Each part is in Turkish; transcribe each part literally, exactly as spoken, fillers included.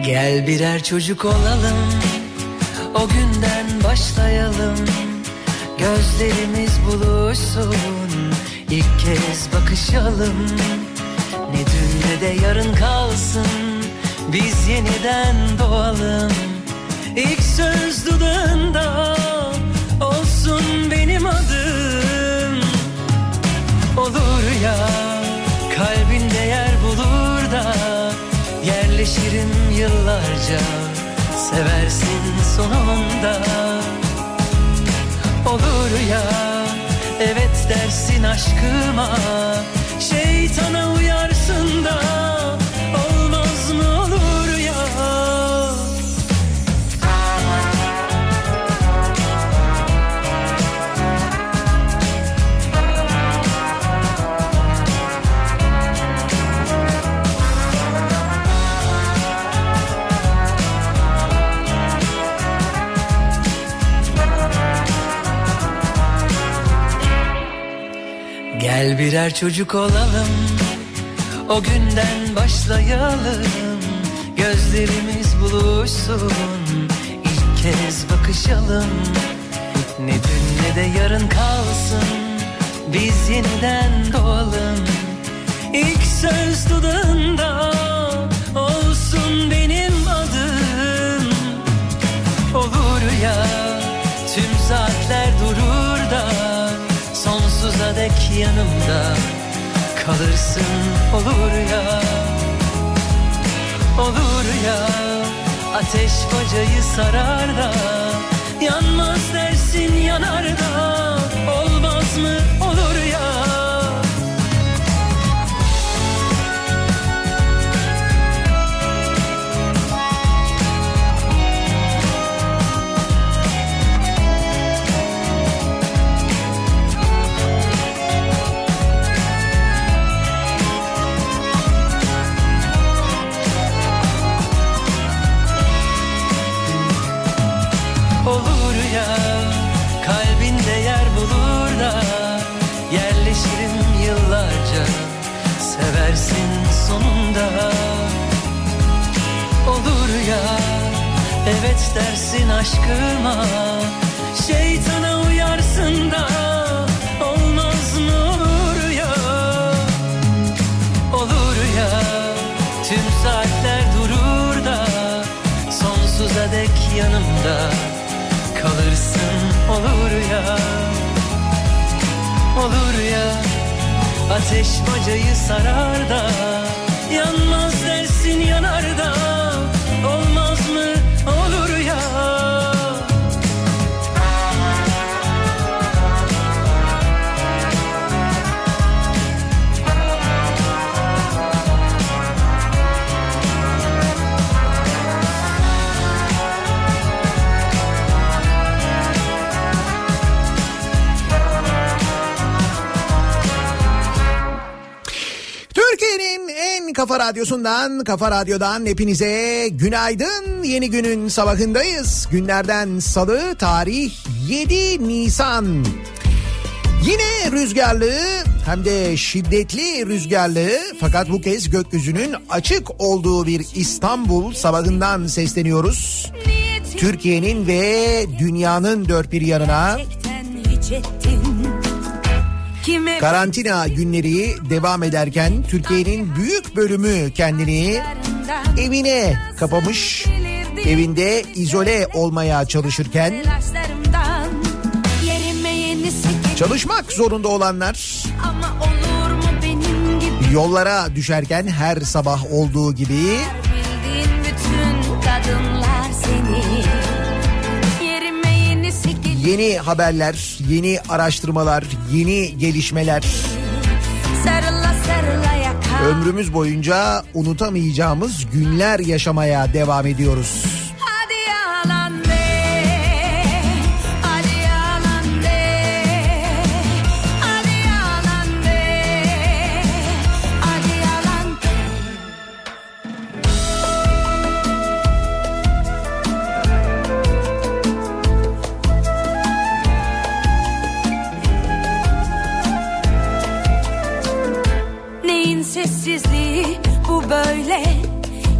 Gel birer çocuk olalım, o günden başlayalım. Gözlerimiz buluşsun, ilk kez bakışalım. Ne dün ne de yarın kalsın, biz yeniden doğalım. İlk söz dudağında olsun benim adım. Olur ya kalbinde yer bulur da yerleşirim yıllarca, seversin sonunda. Olur ya evet dersin aşkıma, şeytana uyarsın da olmaz mı olur ya. Gel birer çocuk olalım, o günden başlayalım. Gözlerimiz buluşsun, ilk kez bakışalım. Ne dün ne de yarın kalsın, biz yeniden doğalım. İlk söz dudağında olsun benim adım. Olur ya tüm saatler durur da sonsuza dek yanımda kalırsın. Olur ya, olur ya ateş bacayı sarar da yanmaz dersin yanar da olmaz mı olur ya. Olur ya kalbinde yer bulur da yerleşirim yıllarca, seversin sonunda. Olur ya evet dersin aşkıma, şeytana uyarsın da olmaz mı olur ya. Olur ya tüm saatler durur da sonsuza dek yanımda kalırsın. Olur ya, olur ya ateş bacayı sarar da yanmaz dersin yanar da olmaz mı olur ya. Kafa Radyosu'ndan, Kafa Radyo'dan hepinize günaydın. Yeni günün sabahındayız. Günlerden salı, tarih yedi Nisan. Yine rüzgarlı, hem de şiddetli rüzgarlı, fakat bu kez gökyüzünün açık olduğu bir İstanbul sabahından sesleniyoruz. Türkiye'nin ve dünyanın dört bir yanına. Karantina günleri devam ederken Türkiye'nin büyük bölümü kendini evine kapamış, evinde izole olmaya çalışırken çalışmak zorunda olanlar yollara düşerken her sabah olduğu gibi yeni haberler, yeni araştırmalar, yeni gelişmeler, sarıla sarıla yakar. Ömrümüz boyunca unutamayacağımız günler yaşamaya devam ediyoruz.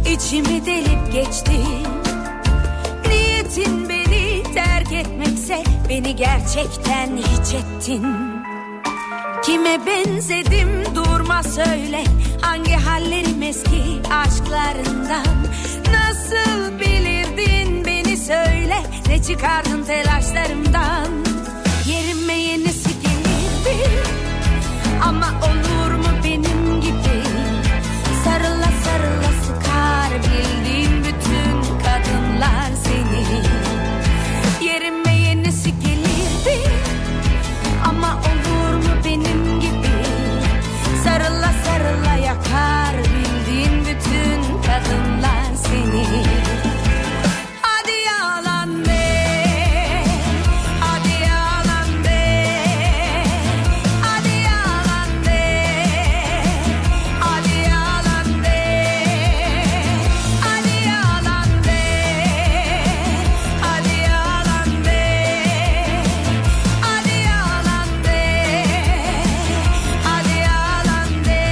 içimi delip geçti. Niyetin beni terk etmekse beni gerçekten hiç ettin. Kime benzedim durma söyle, hangi hallerim eski aşklarından. Nasıl bilirdin beni söyle, ne çıkardın telaşlarımdan. Yerime yenisi gelirdi ama olur mu benim gibi. Sarıla sarıla sıkar bildiğin bütün kadınlar seni. Yerime yenisi gelirdi ama olur mu benim gibi. Sarıla sarıla yakar bildiğin bütün kadınlar seni. Hadi yalan be, hadi yalan be, hadi yalan be, hadi yalan be, hadi yalan be, hadi yalan be, hadi yalan be, hadi yalan be.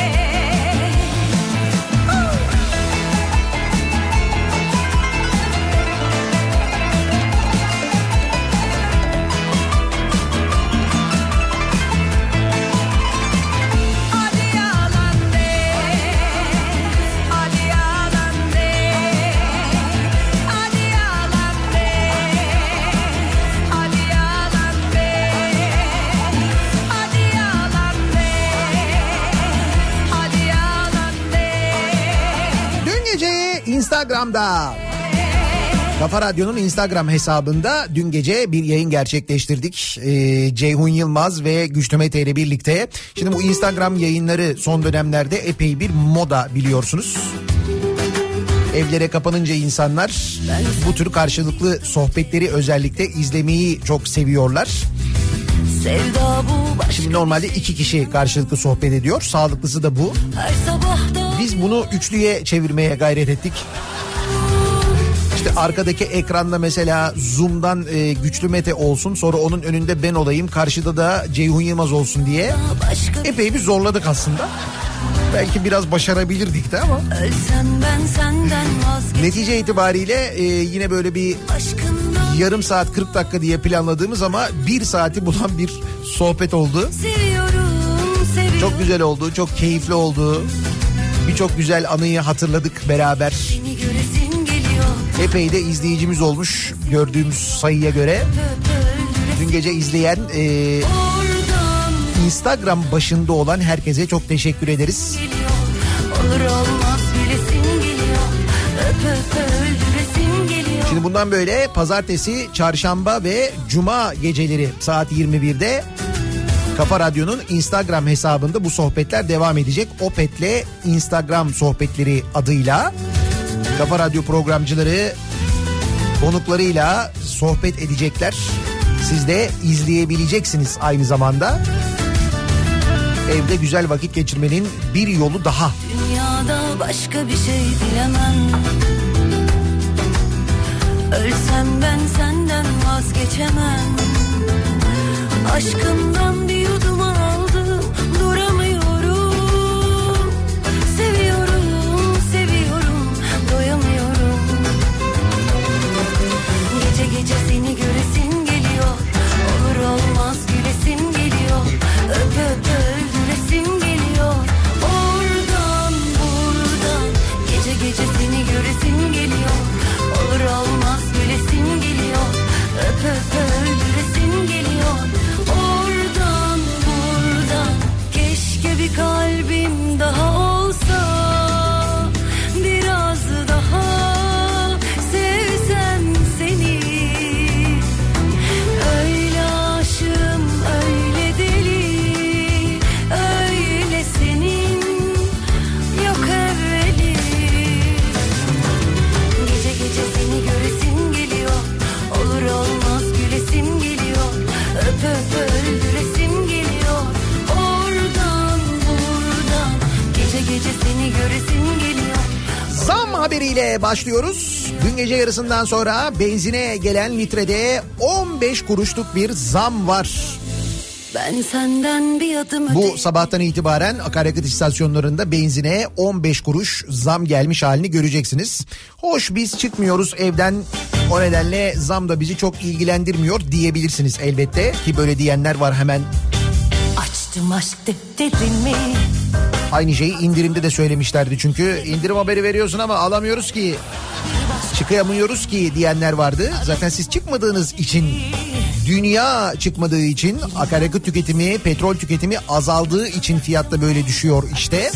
Hadi yalan de, hadi yalan de, hadi yalan de, hadi yalan de, hadi yalan de, hadi yalan de. Dün gece Instagram'da, Kafa Radyo'nun Instagram hesabında dün gece bir yayın gerçekleştirdik. Ee, Ceyhun Yılmaz ve Güçlü Mete ile birlikte. Şimdi bu Instagram yayınları son dönemlerde epey bir moda biliyorsunuz. Evlere kapanınca insanlar bu tür karşılıklı sohbetleri özellikle izlemeyi çok seviyorlar. Sevda bu başka. Şimdi normalde iki kişi karşılıklı sohbet ediyor. Sağlıklısı da bu. Her sabah da Biz bunu üçlüye çevirmeye gayret ettik. İşte arkadaki ekranda mesela Zoom'dan e, Güçlü Mete olsun, sonra onun önünde ben olayım, karşıda da Ceyhun Yılmaz olsun diye başka. epey bir zorladık aslında. Belki biraz başarabilirdik de ama Ölsem ben senden vazgeçemem. netice itibariyle e, yine böyle bir Aşkından yarım saat kırk dakika diye planladığımız ama bir saati bulan bir sohbet oldu. seviyorum, seviyorum. Çok güzel oldu, çok keyifli oldu. Birçok güzel anıyı hatırladık beraber. Seni göresim geliyor. Epey de izleyicimiz olmuş gördüğümüz sayıya göre. Dün gece izleyen e, Oradan Instagram başında olan herkese çok teşekkür ederiz. geliyor. Olur olmaz gülesim geliyor. Öp öp öldüresim geliyor. Şimdi bundan böyle pazartesi, çarşamba ve cuma geceleri saat yirmi birde Kafa Radyo'nun Instagram hesabında bu sohbetler devam edecek. Opet'le Instagram sohbetleri adıyla Kafa Radyo programcıları konuklarıyla sohbet edecekler. Siz de izleyebileceksiniz aynı zamanda. Evde güzel vakit geçirmenin bir yolu daha. Dünyada başka bir şey dilemem. Ölsem ben senden vazgeçemem. Aşkından bir yudum aldım, duramıyorum. Seviyorum, seviyorum, doyamıyorum. Gece gece seni göresim geliyor. Olur olmaz gülesim geliyor. Öp öp öldüresim geliyor. Oradan buradan gece gece seni göresim geliyor. Olur olmaz gülesim geliyor. Öp öp öldüresim geliyor. Oradan buradan keşke bir kalbim daha olsa. Biraz daha sevsem seni. Öyle aşığım, öyle deli, öyle senin yok evveli. Gece gece seni göresim geliyor. Olur olmaz gülesim geliyor. Öp öp öldüresim geliyor. Oradan buradan gece gece seni göresim geliyor. Zam haberiyle başlıyoruz. Dün gece yarısından sonra benzine gelen litrede on beş kuruşluk bir zam var. Ben senden bir adım Bu öteyim. sabahtan itibaren akaryakıt istasyonlarında benzine on beş kuruş zam gelmiş halini göreceksiniz. Hoş biz çıkmıyoruz evden, o nedenle zam da bizi çok ilgilendirmiyor diyebilirsiniz elbette ki böyle diyenler var hemen. Açtım aşk defterimi. Aynı şeyi indirimde de söylemişlerdi çünkü indirim haberi veriyorsun ama alamıyoruz ki, çıkamıyoruz ki diyenler vardı. Zaten siz çıkmadığınız için, dünya çıkmadığı için, akaryakıt tüketimi, petrol tüketimi azaldığı için fiyat da böyle düşüyor işte.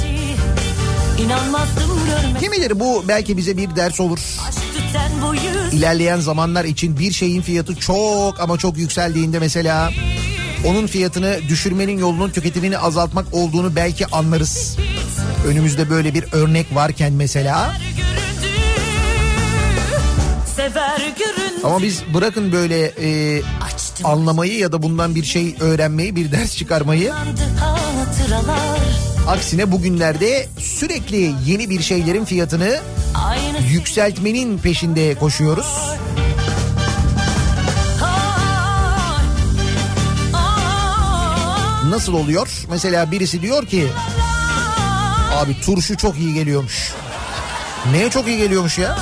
Kim bilir, bu belki bize bir ders olur. İlerleyen zamanlar için bir şeyin fiyatı çok ama çok yükseldiğinde mesela onun fiyatını düşürmenin yolunun tüketimini azaltmak olduğunu belki anlarız. Önümüzde böyle bir örnek varken mesela. Ama biz bırakın böyle e, anlamayı ya da bundan bir şey öğrenmeyi, bir ders çıkarmayı. Aksine bugünlerde sürekli yeni bir şeylerin fiyatını yükseltmenin peşinde koşuyoruz. Nasıl oluyor? Mesela birisi diyor ki abi turşu çok iyi geliyormuş. Neye çok iyi geliyormuş ya?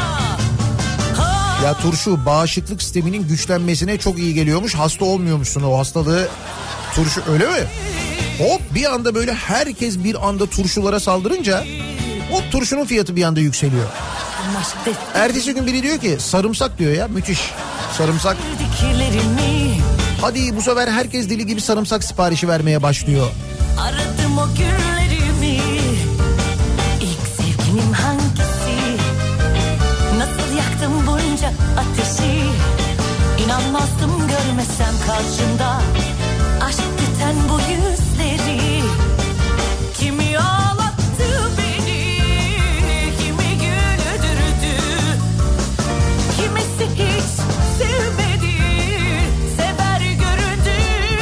Ya turşu bağışıklık sisteminin güçlenmesine çok iyi geliyormuş. Hasta olmuyormuşsun o hastalığı. Turşu öyle mi? Hop bir anda böyle herkes bir anda turşulara saldırınca o turşunun fiyatı bir anda yükseliyor. Ertesi gün biri diyor ki sarımsak diyor ya, müthiş sarımsak. Hadi bu sefer herkes deli gibi sarımsak siparişi vermeye başlıyor. Aradım o günlerimi. İlk sevgilim hangisi? Nasıl yaktım bunca ateşi? İnanmazdım görmesem karşımda aşk biten bu yüzleri. Kimi ağlattı beni, kimi güldürdü, kimisi hiç sevmedi. Sever göründü,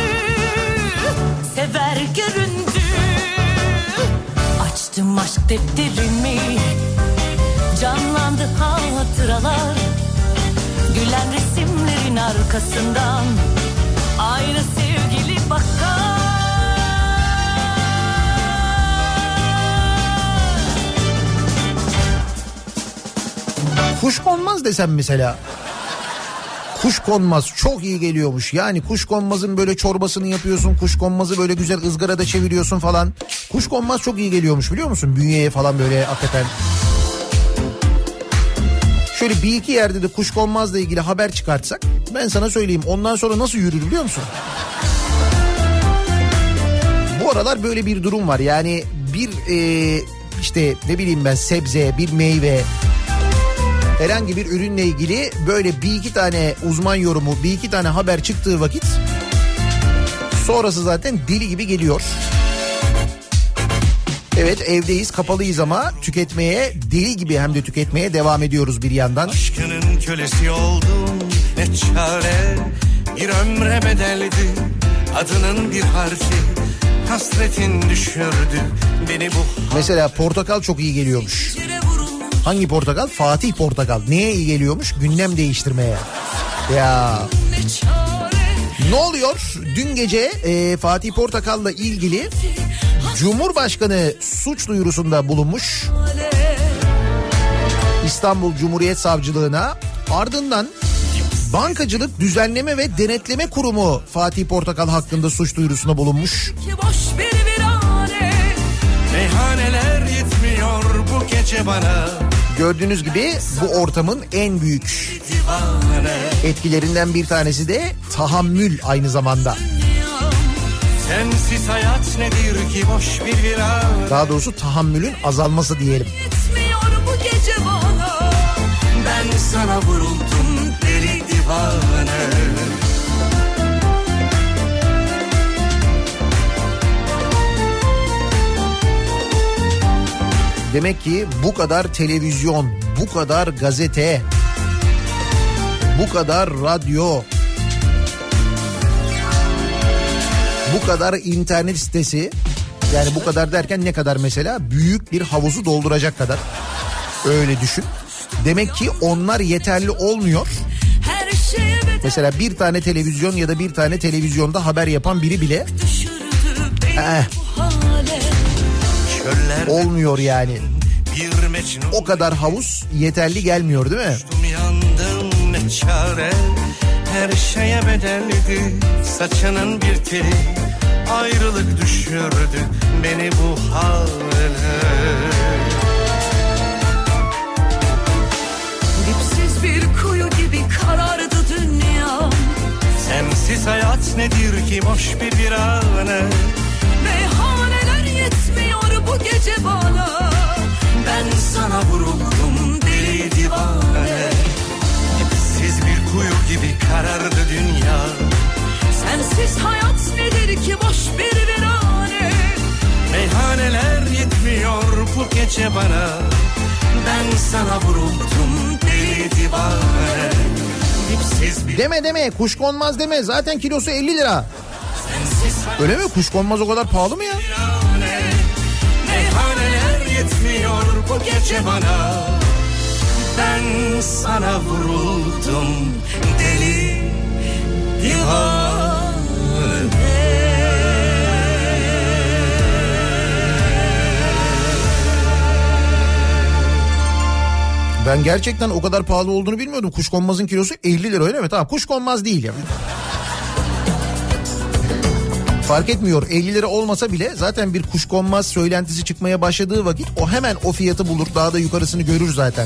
sever göründü. Açtım aşk defterimi, canlandı hatıralar. Gülen resimlerin arkasından aynı sevgili bakar. Kuşkonmaz desem mesela. Kuşkonmaz çok iyi geliyormuş. Yani kuşkonmazın böyle çorbasını yapıyorsun. Kuşkonmazı böyle güzel ızgarada çeviriyorsun falan. Kuşkonmaz çok iyi geliyormuş biliyor musun? Bünyeye falan böyle hakikaten. Şöyle bir iki yerde de kuşkonmazla ilgili haber çıkartsak ben sana söyleyeyim ondan sonra nasıl yürür biliyor musun? Bu aralar böyle bir durum var. Yani bir e, işte ne bileyim ben sebze, bir meyve, herhangi bir ürünle ilgili böyle bir iki tane uzman yorumu, bir iki tane haber çıktığı vakit sonrası zaten deli gibi geliyor. Evet evdeyiz, kapalıyız ama tüketmeye deli gibi hem de tüketmeye devam ediyoruz bir yandan. Aşkının kölesi oldum ne çare, bir ömre bedeldi adının bir harfi, hasretin düşürdü beni bu. Mesela portakal çok iyi geliyormuş. Hangi portakal? Fatih portakal. Neye iyi geliyormuş? Gündem değiştirmeye. Ya. Ne oluyor? Dün gece e, Fatih Portakal'la ilgili Cumhurbaşkanı suç duyurusunda bulunmuş. İstanbul Cumhuriyet Savcılığına, ardından Bankacılık Düzenleme ve Denetleme Kurumu Fatih Portakal hakkında suç duyurusunda bulunmuş. Meyhaneler yetmiyor bu gece bana. Gördüğünüz gibi bu ortamın en büyük etkilerinden bir tanesi de tahammül aynı zamanda. Sensiz hayat nedir ki boş bir viran. Daha doğrusu tahammülün azalması diyelim. Yetmiyor bu gece bana. Ben sana vuruldum deli divane. Demek ki bu kadar televizyon, bu kadar gazete, bu kadar radyo, bu kadar internet sitesi, yani bu kadar derken ne kadar mesela? Büyük bir havuzu dolduracak kadar. Öyle düşün. Demek ki onlar yeterli olmuyor. Mesela bir tane televizyon ya da bir tane televizyonda haber yapan biri bile eh, olmuyor yani. O kadar havuz yeterli gelmiyor değil mi? Yandım ne çare, her şeye bedeldi saçının bir teli, ayrılık düşürdü beni bu hale. Dipsiz bir kuyu gibi karardı dünya. Sensiz hayat nedir ki boş bir virane. Meyhaneler yetmiyor bu gece bana. Ben sana vuruldum deli divane. Dipsiz bir kuyu gibi karardı dünya. Sensiz hayat nedir ki boş bir virane. Meyhaneler yetmiyor bu gece bana. Ben sana vuruldum deli divane. Dipsiz bir... Deme deme, kuşkonmaz deme, zaten kilosu elli lira. Öyle mi? Kuşkonmaz o kadar pahalı mı ya? Meyhaneler yetmiyor bu gece bana. Ben sana vuruldum deli divane. Ben gerçekten o kadar pahalı olduğunu bilmiyordum. Kuşkonmazın kilosu elli lira, öyle mi? Tamam, kuşkonmaz değil ya. Fark etmiyor, elli lira olmasa bile zaten bir kuşkonmaz söylentisi çıkmaya başladığı vakit o hemen o fiyatı bulur, daha da yukarısını görür zaten.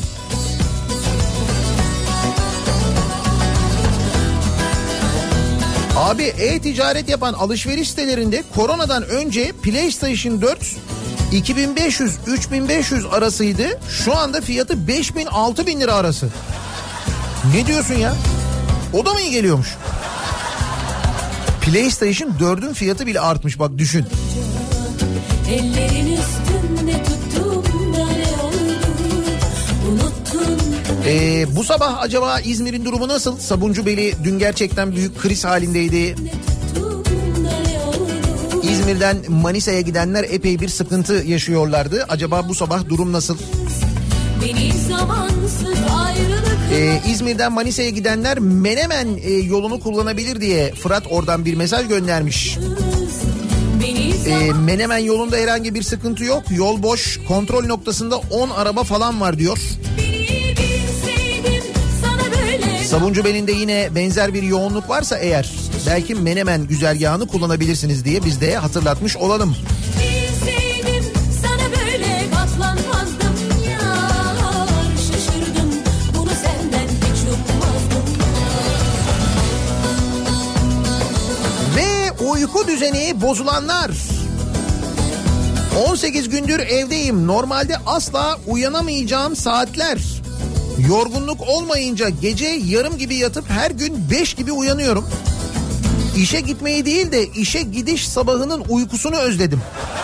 Abi e-ticaret yapan alışveriş sitelerinde koronadan önce PlayStation dört iki bin beş yüz üç bin beş yüz arasıydı. Şu anda fiyatı beş bin altı bin lira arası. Ne diyorsun ya? O da mı iyi geliyormuş? PlayStation dördün fiyatı bile artmış, bak düşün. Ellerin üstünde tuttuğumda ne oldu? Unuttun. Ee, bu sabah acaba İzmir'in durumu nasıl? Sabuncubeyi dün gerçekten büyük kriz halindeydi. İzmir'den Manisa'ya gidenler epey bir sıkıntı yaşıyorlardı. Acaba bu sabah durum nasıl? Ee, İzmir'den Manisa'ya gidenler Menemen e, yolunu kullanabilir diye Fırat oradan bir mesaj göndermiş. Ee, Menemen yolunda herhangi bir sıkıntı yok. Yol boş. Kontrol noktasında on araba falan var diyor. Sabuncubeyi'nde yine benzer bir yoğunluk varsa eğer belki Menemen güzergahını kullanabilirsiniz diye biz de hatırlatmış olalım. Ve uyku düzeni bozulanlar. on sekiz gündür evdeyim. Normalde asla uyanamayacağım saatler. Yorgunluk olmayınca gece yarım gibi yatıp her gün beş gibi uyanıyorum. İşe gitmeyi değil de işe gidiş sabahının uykusunu özledim.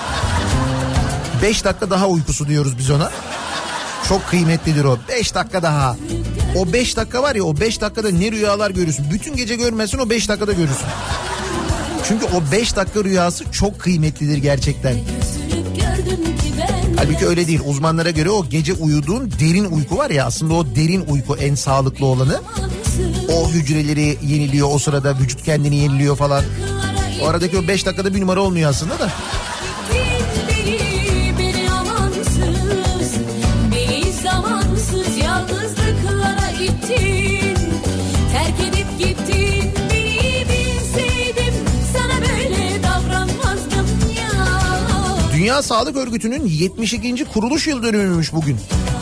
beş dakika daha uykusu diyoruz biz ona. Çok kıymetlidir o. beş dakika daha. O beş dakika var ya, o beş dakikada ne rüyalar görürsün. Bütün gece görmezsin, o beş dakikada görürsün. Çünkü o beş dakika rüyası çok kıymetlidir gerçekten. Halbuki öyle değil. Uzmanlara göre o gece uyuduğun derin uyku var ya, aslında o derin uyku en sağlıklı olanı. O hücreleri yeniliyor o sırada, vücut kendini yeniliyor falan. O aradaki o beş dakikada bir numara olmuyor aslında da. Dünya Sağlık Örgütü'nün yetmiş ikinci kuruluş yıl dönümüymüş bugün.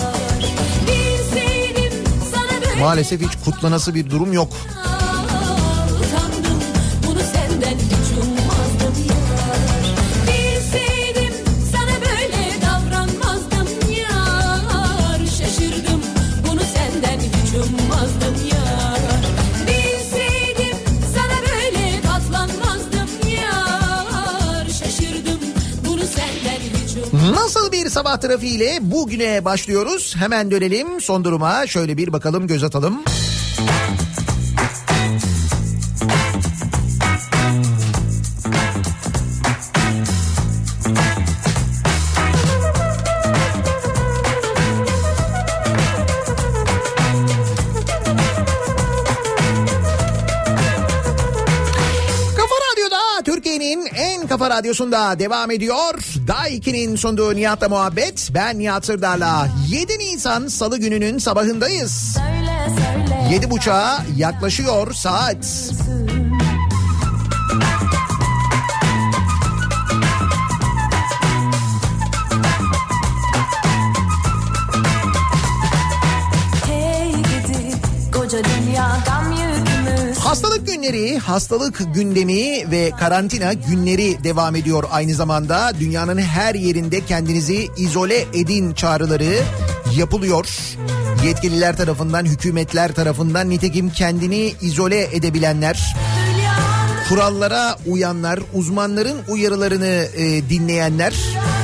Maalesef hiç kutlanası bir durum yok. Nasıl bir sabah trafiğiyle bugüne başlıyoruz? Hemen dönelim son duruma, şöyle bir bakalım, göz atalım. en kafa radyosunda devam ediyor. Daiki'nin sunduğu Nihat'la muhabbet. Ben Nihat Sırdar'la. yedi Nisan Salı gününün sabahındayız. Söyle, söyle. yedi buçuğa yaklaşıyor saat. Hey gidi koca dünya gam yükümüz. Hastalık günleri, hastalık gündemi ve karantina günleri devam ediyor aynı zamanda. Dünyanın her yerinde kendinizi izole edin çağrıları yapılıyor. Yetkililer tarafından, hükümetler tarafından, nitekim kendini izole edebilenler, kurallara uyanlar, uzmanların uyarılarını e, dinleyenler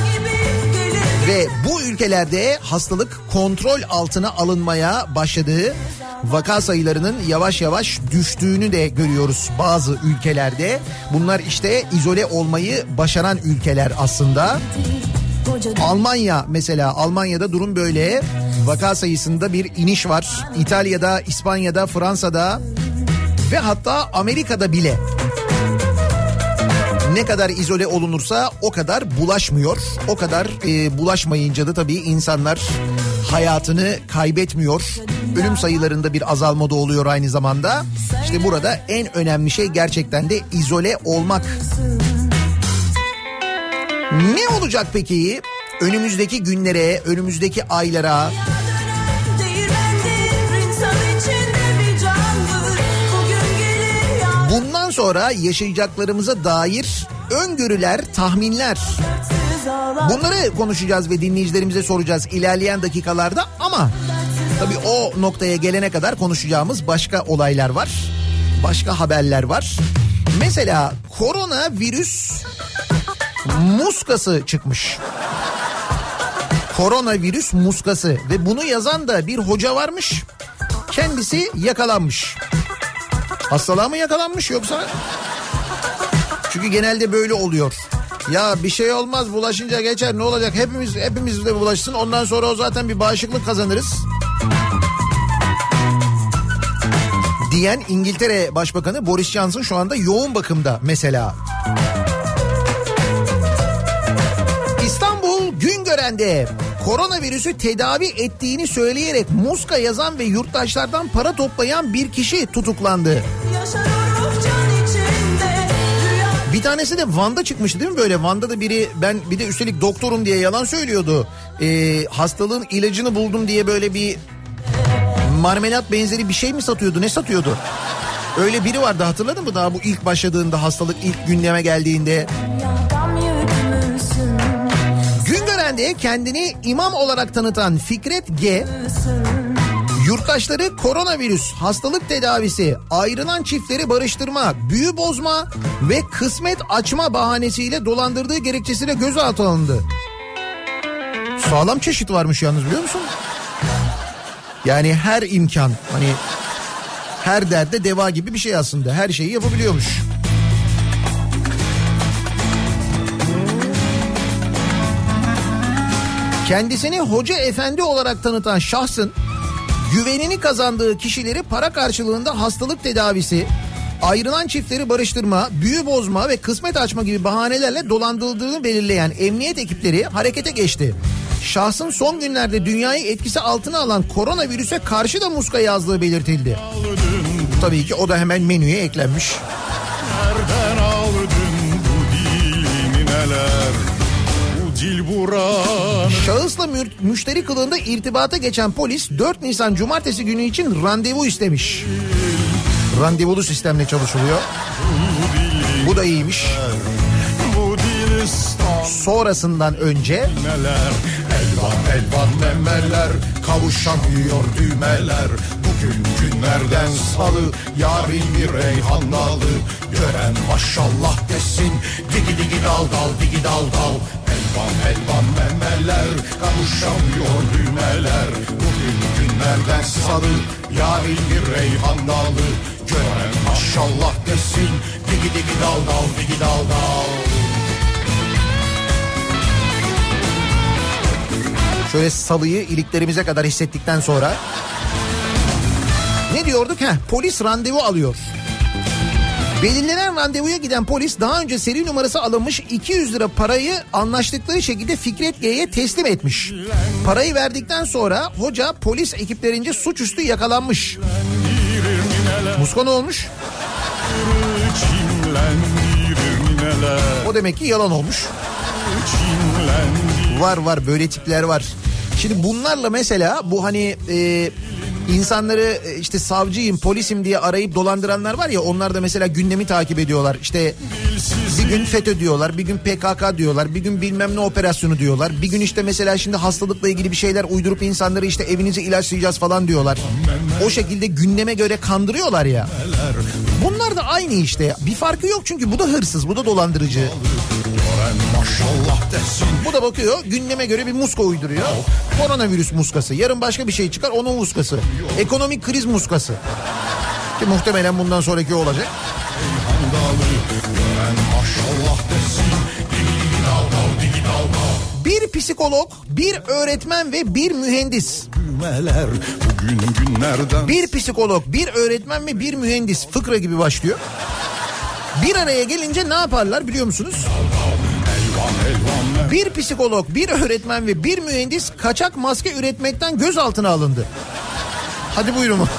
ve bu ülkelerde hastalık kontrol altına alınmaya başladığı, vaka sayılarının yavaş yavaş düştüğünü de görüyoruz bazı ülkelerde. Bunlar işte izole olmayı başaran ülkeler aslında. Almanya mesela, Almanya'da durum böyle. Vaka sayısında bir iniş var. İtalya'da, İspanya'da, Fransa'da ve hatta Amerika'da bile. Ne kadar izole olunursa o kadar bulaşmıyor. O kadar e, bulaşmayınca da tabii insanlar hayatını kaybetmiyor. Ölüm sayılarında bir azalma da oluyor aynı zamanda. İşte burada en önemli şey gerçekten de izole olmak. Ne olacak peki önümüzdeki günlere, önümüzdeki aylara? Bundan sonra yaşayacaklarımıza dair öngörüler, tahminler. Bunları konuşacağız ve dinleyicilerimize soracağız ilerleyen dakikalarda ama tabii o noktaya gelene kadar konuşacağımız başka olaylar var. Başka haberler var. Mesela koronavirüs muskası çıkmış. Koronavirüs muskası ve bunu yazan da bir hoca varmış. Kendisi yakalanmış. Hastalığa mı yakalanmış yoksa? Çünkü genelde böyle oluyor. Ya bir şey olmaz, bulaşınca geçer, ne olacak, hepimiz hepimiz de bulaşsın, ondan sonra o zaten bir bağışıklık kazanırız diyen İngiltere Başbakanı Boris Johnson şu anda yoğun bakımda mesela. İstanbul Güngören'de koronavirüsü tedavi ettiğini söyleyerek muska yazan ve yurttaşlardan para toplayan bir kişi tutuklandı. Bir tanesi de Van'da çıkmıştı değil mi böyle? Van'da da biri, ben bir de üstelik doktorum diye yalan söylüyordu. Ee, hastalığın ilacını buldum diye böyle bir marmelat benzeri bir şey mi satıyordu, ne satıyordu? Öyle biri vardı, hatırladın mı daha bu ilk başladığında, hastalık ilk gündeme geldiğinde? Güngören'de kendini imam olarak tanıtan Fikret G, yurttaşları koronavirüs, hastalık tedavisi, ayrılan çiftleri barıştırma, büyü bozma ve kısmet açma bahanesiyle dolandırdığı gerekçesiyle gözaltına alındı. Sağlam çeşit varmış yalnız, biliyor musun? Yani her imkan, hani her derde deva gibi bir şey aslında, her şeyi yapabiliyormuş. Kendisini hoca efendi olarak tanıtan şahsın güvenini kazandığı kişileri para karşılığında hastalık tedavisi, ayrılan çiftleri barıştırma, büyü bozma ve kısmet açma gibi bahanelerle dolandırıldığını belirleyen emniyet ekipleri harekete geçti. Şahsın son günlerde dünyayı etkisi altına alan koronavirüse karşı da muska yazdığı belirtildi. Tabii ki o da hemen menüye eklenmiş. Nereden aldın bu dilimi neler? Şahısla mü- müşteri kılığında irtibata geçen polis dört Nisan Cumartesi günü için randevu istemiş. Randevulu sistemle çalışılıyor. Bu da iyiymiş. Sonrasından önce elvan elvan memeler, kavuşamıyor düğmeler. Bugün günlerden salı, yarın bir reyhanlalı. Gören maşallah desin, digi digi dal dal digi dal dal. Elvan elvan memeler, kavuşamıyor düğmeler. Bugün günlerden salı, yarın bir reyhanlalı. Gören maşallah desin, digi digi dal dal digi dal dal. şöyle salıyı iliklerimize kadar hissettikten sonra ne diyorduk? Heh, polis randevu alıyor. Belirlenen randevuya giden polis daha önce seri numarası alınmış iki yüz lira parayı anlaştıkları şekilde Fikret G'ye teslim etmiş. Parayı verdikten sonra hoca polis ekiplerince suçüstü yakalanmış. Muska ne olmuş? O demek ki yalan olmuş. Var var böyle tipler var. Şimdi bunlarla mesela bu hani e, insanları işte savcıyım, polisim diye arayıp dolandıranlar var ya, onlar da mesela gündemi takip ediyorlar. İşte bir gün FETÖ diyorlar, bir gün P K K diyorlar, bir gün bilmem ne operasyonu diyorlar. Bir gün işte mesela şimdi hastalıkla ilgili bir şeyler uydurup insanları işte evinize ilaçlayacağız falan diyorlar. O şekilde gündeme göre kandırıyorlar ya. Bunlar da aynı işte. Bir farkı yok çünkü bu da hırsız, bu da dolandırıcı. Bu da bakıyor gündeme göre bir muska uyduruyor. Koronavirüs muskası. Yarın başka bir şey çıkar, onun muskası. Ekonomik kriz muskası. Ki muhtemelen bundan sonraki olacak. Bir psikolog, bir öğretmen ve bir mühendis. Bir psikolog, bir öğretmen ve bir mühendis. Fıkra gibi başlıyor. Bir araya gelince ne yaparlar biliyor musunuz? Bir psikolog, bir öğretmen ve bir mühendis kaçak maske üretmekten gözaltına alındı. Hadi buyurun.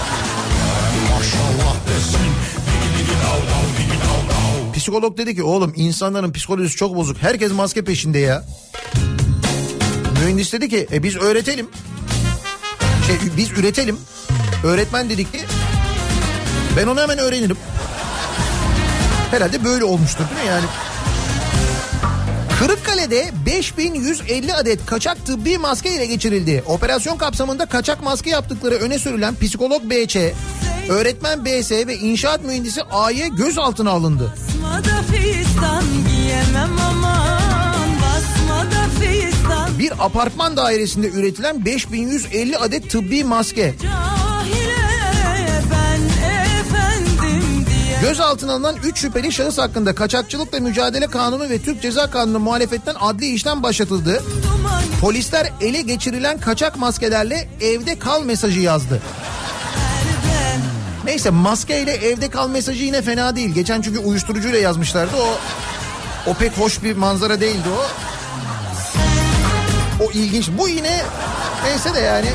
Psikolog dedi ki oğlum insanların psikolojisi çok bozuk. Herkes maske peşinde ya. Mühendis dedi ki e biz öğretelim. Şey biz üretelim. Öğretmen dedi ki ben onu hemen öğrenirim. Herhalde böyle olmuştur değil mi yani? Kırıkkale'de beş bin yüz elli adet kaçak tıbbi maske ile geçirildi. Operasyon kapsamında kaçak maske yaptıkları öne sürülen psikolog B Ç, öğretmen B S ve inşaat mühendisi A'ya gözaltına alındı. Bir apartman dairesinde üretilen beş bin yüz elli adet tıbbi maske. Gözaltına alınan üç şüpheli şahıs hakkında Kaçakçılıkla Mücadele Kanunu ve Türk Ceza Kanunu muhalefetten adli işlem başlatıldı. Polisler ele geçirilen kaçak maskelerle evde kal mesajı yazdı. Neyse maskeyle evde kal mesajı yine fena değil. Geçen çünkü uyuşturucuyla yazmışlardı. O o pek hoş bir manzara değildi o. O ilginç. Bu yine neyse de yani.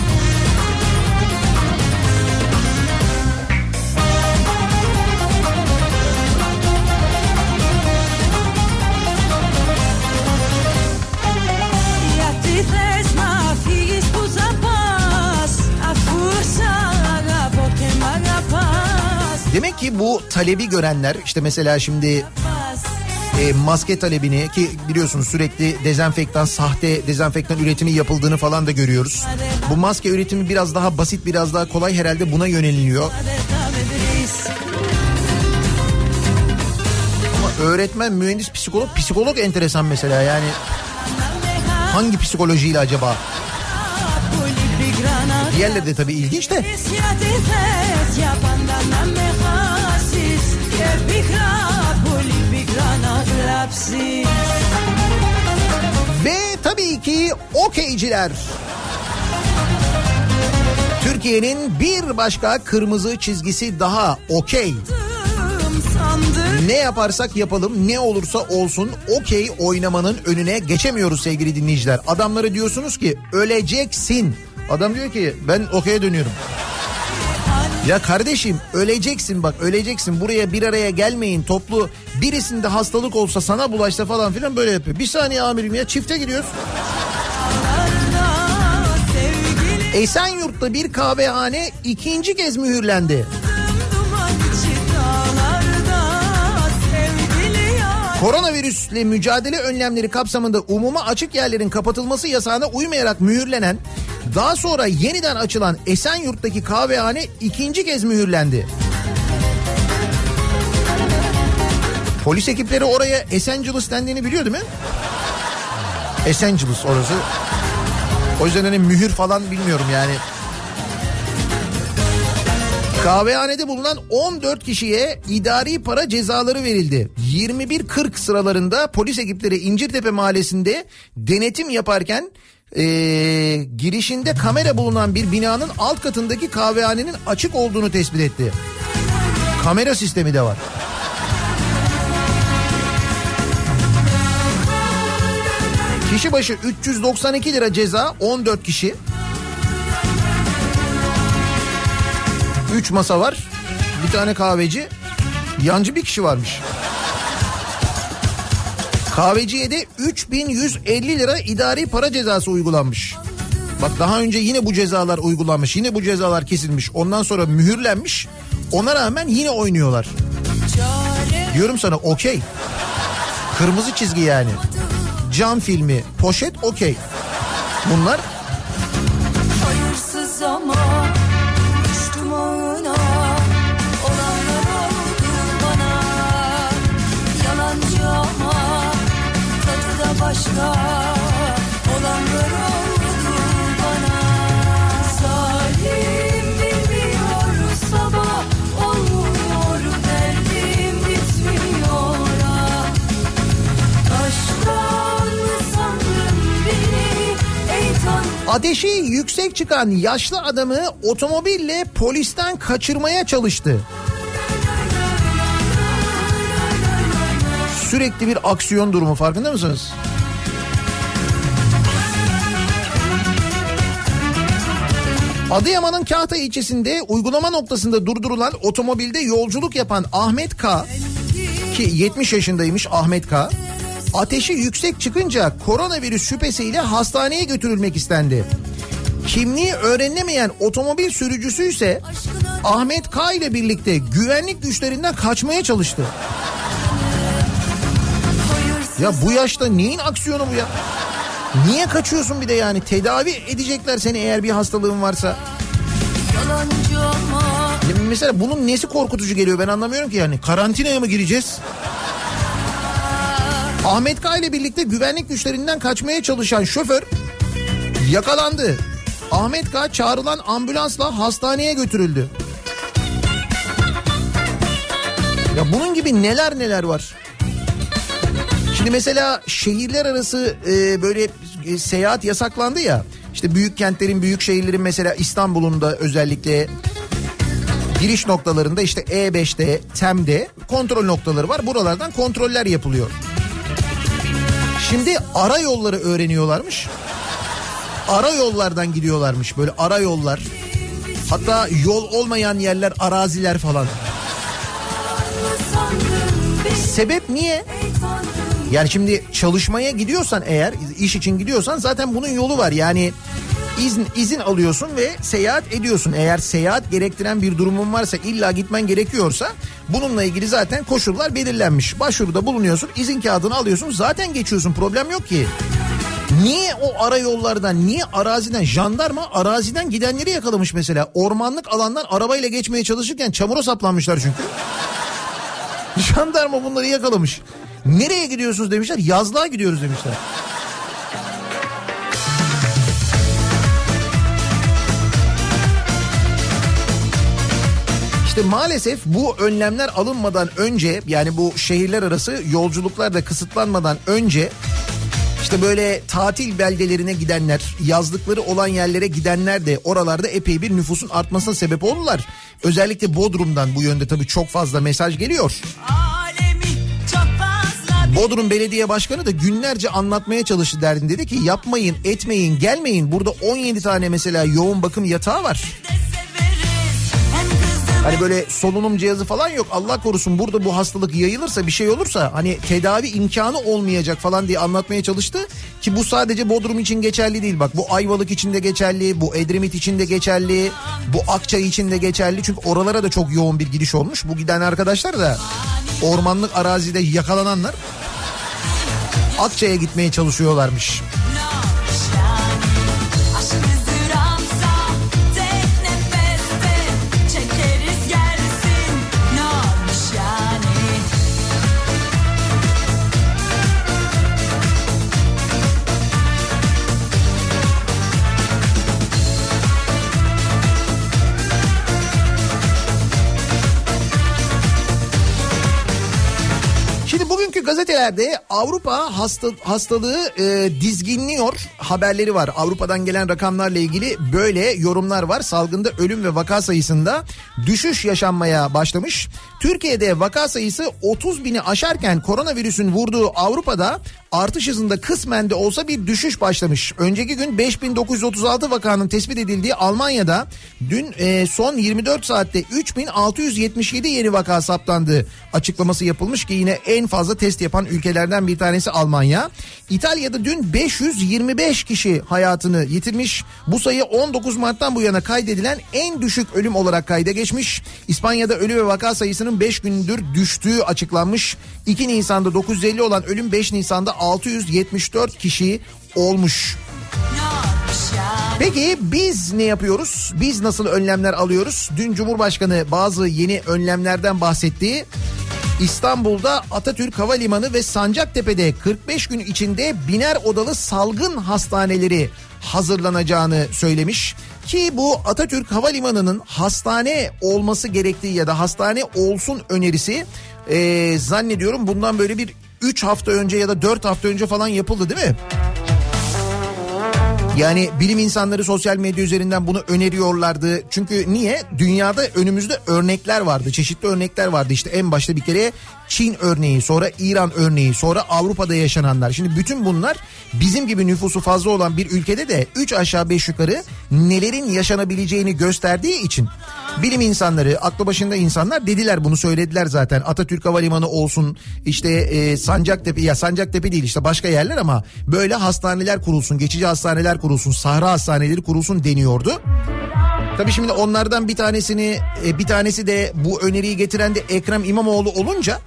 Demek ki bu talebi görenler işte mesela şimdi e, maske talebini ki biliyorsunuz sürekli dezenfektan, sahte dezenfektan üretimi yapıldığını falan da görüyoruz. Bu maske üretimi biraz daha basit, biraz daha kolay, herhalde buna yöneliliyor. Ama öğretmen, mühendis, psikolog, psikolog enteresan mesela yani. Hangi psikolojiyle acaba? Diğerleri de tabii ilginç de. Ve tabii ki okeyciler. Türkiye'nin bir başka kırmızı çizgisi daha, okey. Ne yaparsak yapalım, ne olursa olsun okey oynamanın önüne geçemiyoruz sevgili dinleyiciler. Adamlara diyorsunuz ki öleceksin. Adam diyor ki ben okey'e dönüyorum. Ya kardeşim öleceksin, bak öleceksin, buraya bir araya gelmeyin toplu, birisinde hastalık olsa sana bulaşsa falan filan böyle yapıyor. Bir saniye amirim ya, çifte gidiyoruz. Esenyurt'ta bir kahvehane ikinci kez mühürlendi. Koronavirüsle mücadele önlemleri kapsamında umuma açık yerlerin kapatılması yasağına uymayarak mühürlenen, daha sonra yeniden açılan Esenyurt'taki kahvehane ikinci kez mühürlendi. Polis ekipleri oraya Esenciles dendiğini biliyor değil mi? Esenciles orası. O yüzden hani mühür falan bilmiyorum yani. Kahvehanede bulunan on dört kişiye idari para cezaları verildi. yirmi bir kırk sıralarında polis ekipleri İncirtepe Mahallesi'nde denetim yaparken ee, girişinde kamera bulunan bir binanın alt katındaki kahvehanenin açık olduğunu tespit etti. Kamera sistemi de var. Kişi başı üç yüz doksan iki lira ceza, on dört kişi. üç masa var. Bir tane kahveci. Yancı bir kişi varmış. Kahveciye de üç bin yüz elli lira idari para cezası uygulanmış. Bak daha önce yine bu cezalar uygulanmış. Yine bu cezalar kesilmiş. Ondan sonra mühürlenmiş. Ona rağmen yine oynuyorlar. Diyorum sana okey. Kırmızı çizgi yani. Cam filmi, poşet okey. Bunlar... Hayırsız ama düştüm oyuna. Olanlar oldu bana. Yalancı ama tadı da başka. Olanlar oldu bana. Zalim bilmiyor sabah olmuyor. Derdim bitmiyor. Aşktan sandım beni ey Tanrım. Ateşi yüksek çıkan yaşlı adamı otomobille polisten kaçırmaya çalıştı. Sürekli bir aksiyon durumu, farkında mısınız? Adıyaman'ın Kahta ilçesinde uygulama noktasında durdurulan otomobilde yolculuk yapan Ahmet K, ki yetmiş yaşındaymış Ahmet K, ateşi yüksek çıkınca koronavirüs şüphesiyle hastaneye götürülmek istendi. Kimliği öğrenilemeyen otomobil sürücüsü ise Ahmet K ile birlikte güvenlik güçlerinden kaçmaya çalıştı. Ya bu yaşta neyin aksiyonu bu ya? Niye kaçıyorsun bir de yani? Tedavi edecekler seni eğer bir hastalığın varsa. Mesela bunun nesi korkutucu geliyor ben anlamıyorum ki yani. Karantinaya mı gireceğiz? Ahmet K ile birlikte güvenlik güçlerinden kaçmaya çalışan şoför yakalandı. Ahmet K çağrılan ambulansla hastaneye götürüldü. Ya bunun gibi neler neler var. Şimdi mesela şehirler arası e, böyle e, seyahat yasaklandı ya. İşte büyük kentlerin, büyük şehirlerin, mesela İstanbul'un da özellikle giriş noktalarında işte E beşte, TEM'de kontrol noktaları var. Buralardan kontroller yapılıyor. Şimdi ara yolları öğreniyorlarmış. Ara yollardan gidiyorlarmış, böyle ara yollar. Hatta yol olmayan yerler, araziler falan. Sebep niye? Yani şimdi çalışmaya gidiyorsan, eğer iş için gidiyorsan zaten bunun yolu var. Yani izin izin alıyorsun ve seyahat ediyorsun. Eğer seyahat gerektiren bir durumun varsa, illa gitmen gerekiyorsa bununla ilgili zaten koşullar belirlenmiş. Başvuruda bulunuyorsun, izin kağıdını alıyorsun, zaten geçiyorsun, problem yok ki. Niye o ara yollardan, niye araziden, jandarma araziden gidenleri yakalamış mesela. Ormanlık alandan arabayla geçmeye çalışırken çamura saplanmışlar çünkü. Jandarma bunları yakalamış. Nereye gidiyorsunuz demişler, yazlığa gidiyoruz demişler. İşte maalesef bu önlemler alınmadan önce, yani bu şehirler arası yolculuklar da kısıtlanmadan önce işte böyle tatil beldelerine gidenler, yazlıkları olan yerlere gidenler de oralarda epey bir nüfusun artmasına sebep oldular. Özellikle Bodrum'dan bu yönde tabii çok fazla mesaj geliyor. Bodrum Belediye Başkanı da günlerce anlatmaya çalıştı derdini, dedi ki yapmayın, etmeyin, gelmeyin. Burada on yedi tane mesela yoğun bakım yatağı var. Hani böyle solunum cihazı falan yok. Allah korusun burada bu hastalık yayılırsa, bir şey olursa hani tedavi imkanı olmayacak falan diye anlatmaya çalıştı. Ki bu sadece Bodrum için geçerli değil. Bak bu Ayvalık için de geçerli, bu Edremit için de geçerli, bu Akçay için de geçerli. Çünkü oralara da çok yoğun bir gidiş olmuş. Bu giden arkadaşlar da ormanlık arazide yakalananlar Akçay'a gitmeye çalışıyorlarmış. Gazete ülkelerde Avrupa hasta, hastalığı e, dizginliyor haberleri var. Avrupa'dan gelen rakamlarla ilgili böyle yorumlar var. Salgında ölüm ve vaka sayısında düşüş yaşanmaya başlamış. Türkiye'de vaka sayısı otuz bini aşarken koronavirüsün vurduğu Avrupa'da artış hızında kısmen de olsa bir düşüş başlamış. Önceki gün beş bin dokuz yüz otuz altı vakanın tespit edildiği Almanya'da dün e, son yirmi dört saatte üç bin altı yüz yetmiş yedi yeni vaka saptandı açıklaması yapılmış ki yine en fazla test yapan ülkelerden bir tanesi Almanya. İtalya'da dün beş yüz yirmi beş kişi hayatını yitirmiş. Bu sayı on dokuz Mart'tan bu yana kaydedilen en düşük ölüm olarak kayda geçmiş. İspanya'da ölü ve vaka sayısının beş gündür düştüğü açıklanmış. iki Nisan'da dokuz yüz elli olan ölüm beş Nisan'da altı yüz yetmiş dört kişi olmuş. Peki biz ne yapıyoruz? Biz nasıl önlemler alıyoruz? Dün Cumhurbaşkanı bazı yeni önlemlerden bahsetti. İstanbul'da Atatürk Havalimanı ve Sancaktepe'de kırk beş gün içinde biner odalı salgın hastaneleri hazırlanacağını söylemiş. Ki bu Atatürk Havalimanı'nın hastane olması gerektiği ya da hastane olsun önerisi ee, zannediyorum bundan böyle bir üç hafta önce ya da dört hafta önce falan yapıldı değil mi? Yani bilim insanları sosyal medya üzerinden bunu öneriyorlardı. Çünkü niye? Dünyada önümüzde örnekler vardı. Çeşitli örnekler vardı. İşte en başta bir kere Çin örneği, sonra İran örneği, sonra Avrupa'da yaşananlar. Şimdi bütün bunlar bizim gibi nüfusu fazla olan bir ülkede de üç aşağı beş yukarı nelerin yaşanabileceğini gösterdiği için bilim insanları, aklı başında insanlar dediler, bunu söylediler zaten. Atatürk Havalimanı olsun, işte e, Sancaktepe, ya Sancaktepe değil işte başka yerler ama böyle hastaneler kurulsun, geçici hastaneler kurulsun, sahra hastaneleri kurulsun deniyordu. Tabii şimdi onlardan bir tanesini e, bir tanesi de bu öneriyi getiren de Ekrem İmamoğlu olunca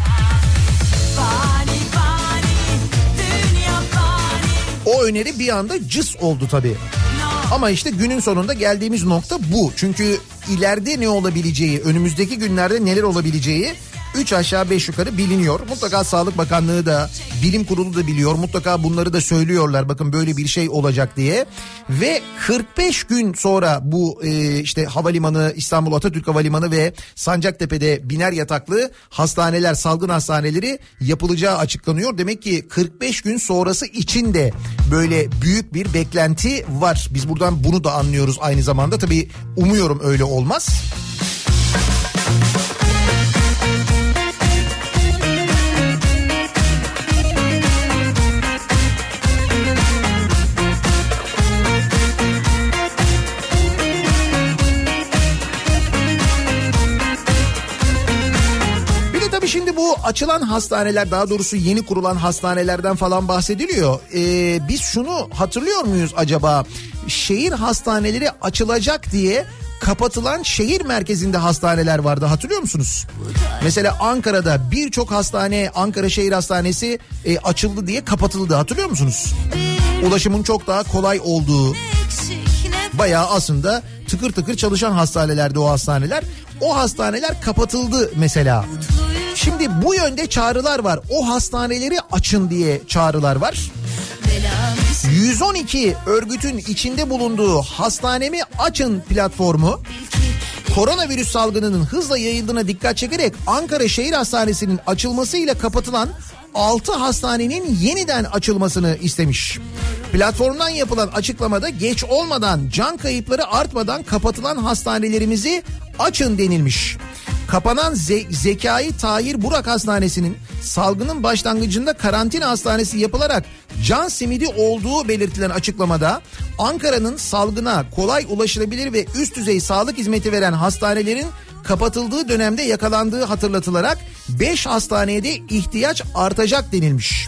fani, fani, dünya fani. O öneri bir anda cız oldu tabii. Ama işte günün sonunda geldiğimiz nokta bu. Çünkü ileride ne olabileceği, önümüzdeki günlerde neler olabileceği üç aşağı beş yukarı biliniyor. Mutlaka Sağlık Bakanlığı da, Bilim Kurulu da biliyor. Mutlaka bunları da söylüyorlar. Bakın böyle bir şey olacak diye. Ve kırk beş gün sonra bu e, işte havalimanı, İstanbul Atatürk Havalimanı ve Sancaktepe'de biner yataklı hastaneler, salgın hastaneleri yapılacağı açıklanıyor. Demek ki kırk beş gün sonrası için de böyle büyük bir beklenti var. Biz buradan bunu da anlıyoruz aynı zamanda. Tabii umuyorum öyle olmaz. Şimdi bu açılan hastaneler, daha doğrusu yeni kurulan hastanelerden falan bahsediliyor. Ee, biz şunu hatırlıyor muyuz acaba? Şehir hastaneleri açılacak diye kapatılan şehir merkezinde hastaneler vardı, hatırlıyor musunuz? Mesela Ankara'da birçok hastane, Ankara Şehir Hastanesi e, açıldı diye kapatıldı, hatırlıyor musunuz? Ulaşımın çok daha kolay olduğu, bayağı aslında tıkır tıkır çalışan hastanelerdi o hastaneler. O hastaneler kapatıldı mesela. Şimdi bu yönde çağrılar var. O hastaneleri açın diye çağrılar var. yüz on iki örgütün içinde bulunduğu Hastanemi Açın platformu koronavirüs salgınının hızla yayıldığına dikkat çekerek Ankara Şehir Hastanesi'nin açılmasıyla kapatılan altı hastanenin yeniden açılmasını istemiş. Platformdan yapılan açıklamada geç olmadan, can kayıpları artmadan kapatılan hastanelerimizi açın denilmiş. Kapanan Ze- Zekai Tahir Burak Hastanesi'nin salgının başlangıcında karantina hastanesi yapılarak can simidi olduğu belirtilen açıklamada Ankara'nın salgına kolay ulaşılabilir ve üst düzey sağlık hizmeti veren hastanelerin kapatıldığı dönemde yakalandığı hatırlatılarak beş hastaneye de ihtiyaç artacak denilmiş.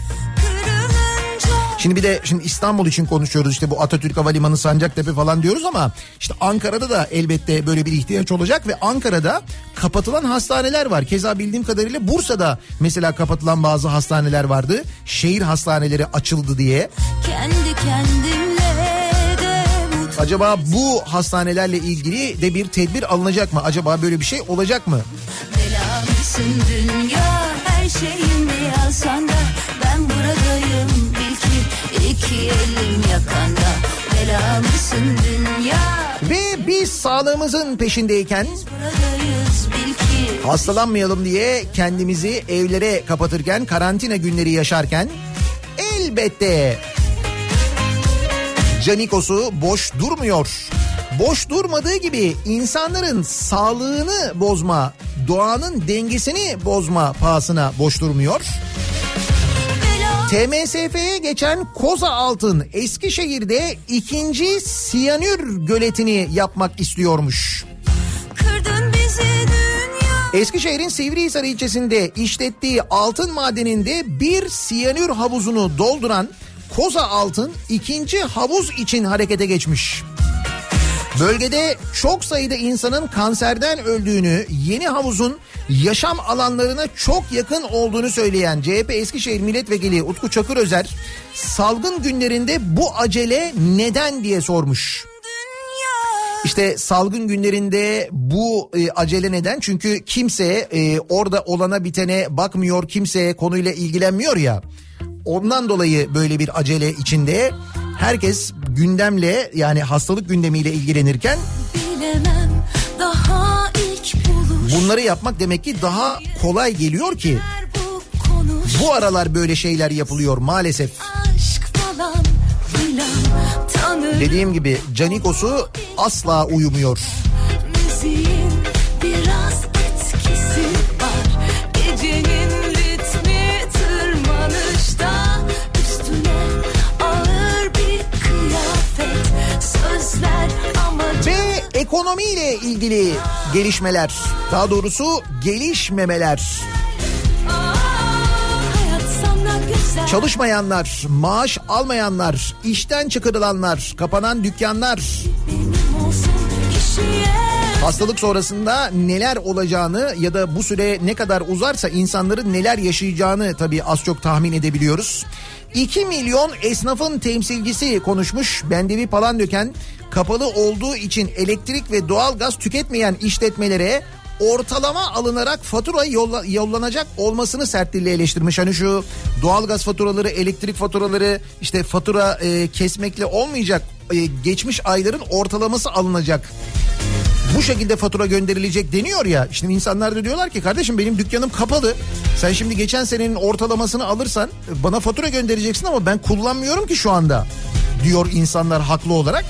Şimdi bir de şimdi İstanbul için konuşuyoruz, işte bu Atatürk Havalimanı, Sancaktepe falan diyoruz ama işte Ankara'da da elbette böyle bir ihtiyaç olacak ve Ankara'da kapatılan hastaneler var. Keza bildiğim kadarıyla Bursa'da mesela kapatılan bazı hastaneler vardı. Şehir hastaneleri açıldı diye. Kendi kendimle de mutlu. Acaba bu hastanelerle ilgili de bir tedbir alınacak mı? Acaba böyle bir şey olacak mı? Bela mısın dünya, her şeyimi alsan da ben buradayım. İki elim yakanda, bela mısın dünya? Ve biz sağlığımızın peşindeyken Hastalanmayalım diye kendimizi evlere kapatırken, karantina günleri yaşarken elbette Canikos'u boş durmuyor. Boş durmadığı gibi insanların sağlığını bozma, doğanın dengesini bozma pahasına boş durmuyor. T M S F'ye geçen Kozaaltın Eskişehir'de ikinci siyanür göletini yapmak istiyormuş. Eskişehir'in Sivrihisar ilçesinde işlettiği altın madeninde bir siyanür havuzunu dolduran Kozaaltın ikinci havuz için harekete geçmiş. Bölgede çok sayıda insanın kanserden öldüğünü, yeni havuzun yaşam alanlarına çok yakın olduğunu söyleyen C H P Eskişehir Milletvekili Utku Çakırözer, salgın günlerinde bu acele neden diye sormuş. İşte salgın günlerinde bu e, acele neden? Çünkü kimse e, orada olana bitene bakmıyor, kimse konuyla ilgilenmiyor ya. Ondan dolayı böyle bir acele içinde. Herkes gündemle, yani hastalık gündemiyle ilgilenirken bilemem, daha ilk bunları yapmak demek ki daha kolay geliyor ki bu aralar böyle şeyler yapılıyor maalesef. Dediğim gibi Canikos'u asla uyumuyor. Müziğin biraz etkisi var. Gecenin ritmi tırmanışta, üstüne ağır bir kıyafet, sözler ama... Ve ekonomiyle ilgili gelişmeler, daha doğrusu gelişmemeler. Çalışmayanlar, maaş almayanlar, işten çıkarılanlar, kapanan dükkanlar. Hastalık sonrasında neler olacağını ya da bu süre ne kadar uzarsa insanların neler yaşayacağını tabii az çok tahmin edebiliyoruz. iki milyon esnafın temsilcisi konuşmuş. Bendevi Palandöken kapalı olduğu için elektrik ve doğalgaz tüketmeyen işletmelere ortalama alınarak fatura yolla, yollanacak olmasını sert dille eleştirmiş. Hani şu doğalgaz faturaları, elektrik faturaları, işte fatura e, kesmekle olmayacak, e, geçmiş ayların ortalaması alınacak. Bu şekilde fatura gönderilecek deniyor ya. Şimdi insanlar da diyorlar ki kardeşim benim dükkanım kapalı. Sen şimdi geçen senenin ortalamasını alırsan bana fatura göndereceksin ama ben kullanmıyorum ki şu anda, diyor insanlar haklı olarak.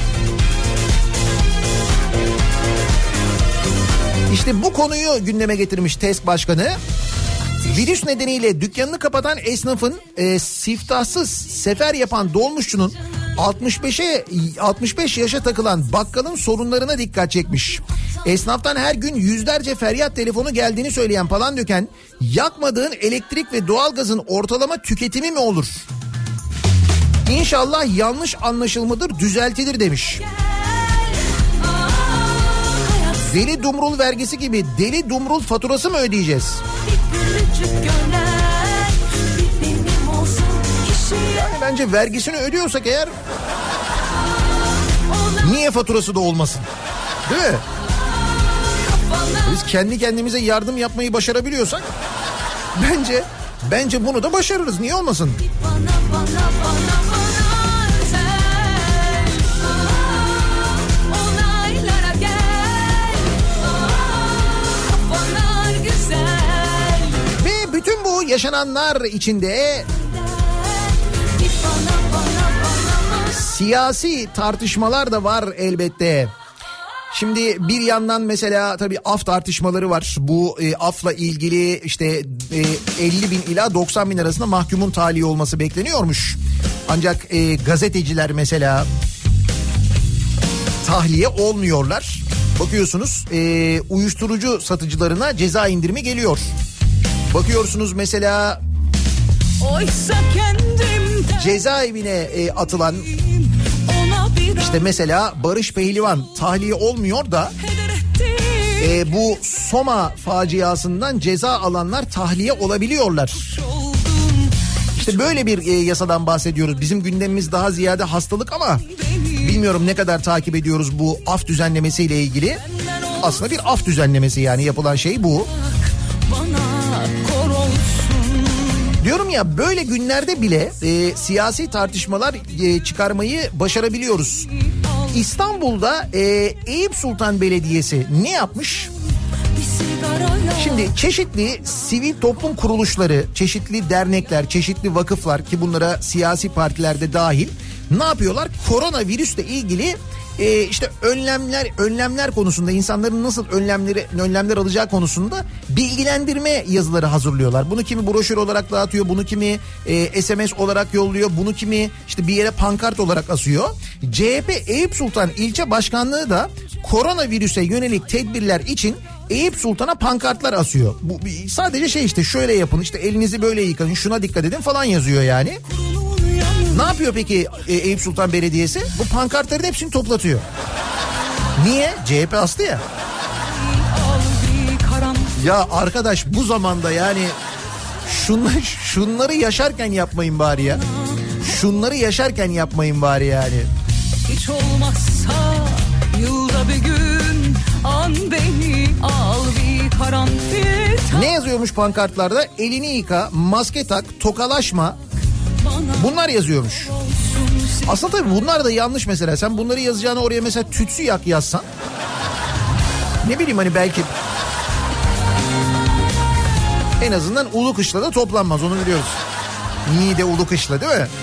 İşte bu konuyu gündeme getirmiş TESK Başkanı. Virüs nedeniyle dükkanını kapatan esnafın e, siftahsız sefer yapan dolmuşçunun altmış beşe altmış beş yaşa takılan bakkalın sorunlarına dikkat çekmiş. Esnaftan her gün yüzlerce feryat telefonu geldiğini söyleyen Palandöken, yakmadığın elektrik ve doğalgazın ortalama tüketimi mi olur? İnşallah yanlış anlaşılmadır, düzeltilir demiş. Deli dumrul vergisi gibi deli dumrul faturası mı ödeyeceğiz? Yani bence vergisini ödüyorsak eğer niye faturası da olmasın? Değil mi? Biz kendi kendimize yardım yapmayı başarabiliyorsak bence bence bunu da başarırız. Niye olmasın? Bana, bana, bana, bana. Bütün bu yaşananlar içinde siyasi tartışmalar da var elbette. Şimdi bir yandan mesela tabii af tartışmaları var. Bu e, afla ilgili işte e, elli bin ila doksan bin arasında mahkumun tahliye olması bekleniyormuş. Ancak e, gazeteciler mesela tahliye olmuyorlar. Bakıyorsunuz e, uyuşturucu satıcılarına ceza indirimi geliyor. Bakıyorsunuz mesela cezaevine e, atılan işte mesela Barış Pehlivan tahliye olmuyor da e, bu Soma faciasından ceza alanlar tahliye olabiliyorlar. İşte böyle bir e, yasadan bahsediyoruz. Bizim gündemimiz daha ziyade hastalık ama bilmiyorum ne kadar takip ediyoruz bu af düzenlemesiyle ilgili. Aslında bir af düzenlemesi, yani yapılan şey bu. Diyorum ya, böyle günlerde bile e, siyasi tartışmalar e, çıkarmayı başarabiliyoruz. İstanbul'da e, Eyüp Sultan Belediyesi ne yapmış? Şimdi çeşitli sivil toplum kuruluşları, çeşitli dernekler, çeşitli vakıflar ki bunlara siyasi partiler de dahil ne yapıyorlar? Koronavirüsle ilgili e, işte önlemler önlemler konusunda, insanların nasıl önlemleri önlemler alacağı konusunda bilgilendirme yazıları hazırlıyorlar. Bunu kimi broşür olarak dağıtıyor, bunu kimi e, S M S olarak yolluyor, bunu kimi işte bir yere pankart olarak asıyor. C H P Eyüp Sultan İlçe Başkanlığı da koronavirüse yönelik tedbirler için Eyüp Sultan'a pankartlar asıyor. Bu sadece şey işte şöyle yapın, işte elinizi böyle yıkayın, şuna dikkat edin falan yazıyor yani. Ne yapıyor peki Eyüp Sultan Belediyesi? Bu pankartların hepsini toplatıyor. Niye? C H P astı ya. Ya arkadaş bu zamanda yani şunları, şunları yaşarken yapmayın bari ya. Şunları yaşarken yapmayın bari yani. Hiç olmazsa yılda bir gün an beni al bir karanfil. Ne yazıyormuş pankartlarda? Elini yıka, maske tak, tokalaşma. Bunlar yazıyormuş. Aslında tabii bunlar da yanlış mesela. Sen bunları yazacağına oraya mesela tütsü yak yazsan. Ne bileyim hani belki... En azından ulu kışla da toplanmaz, onu biliyoruz. Niğde ulu kışla değil mi?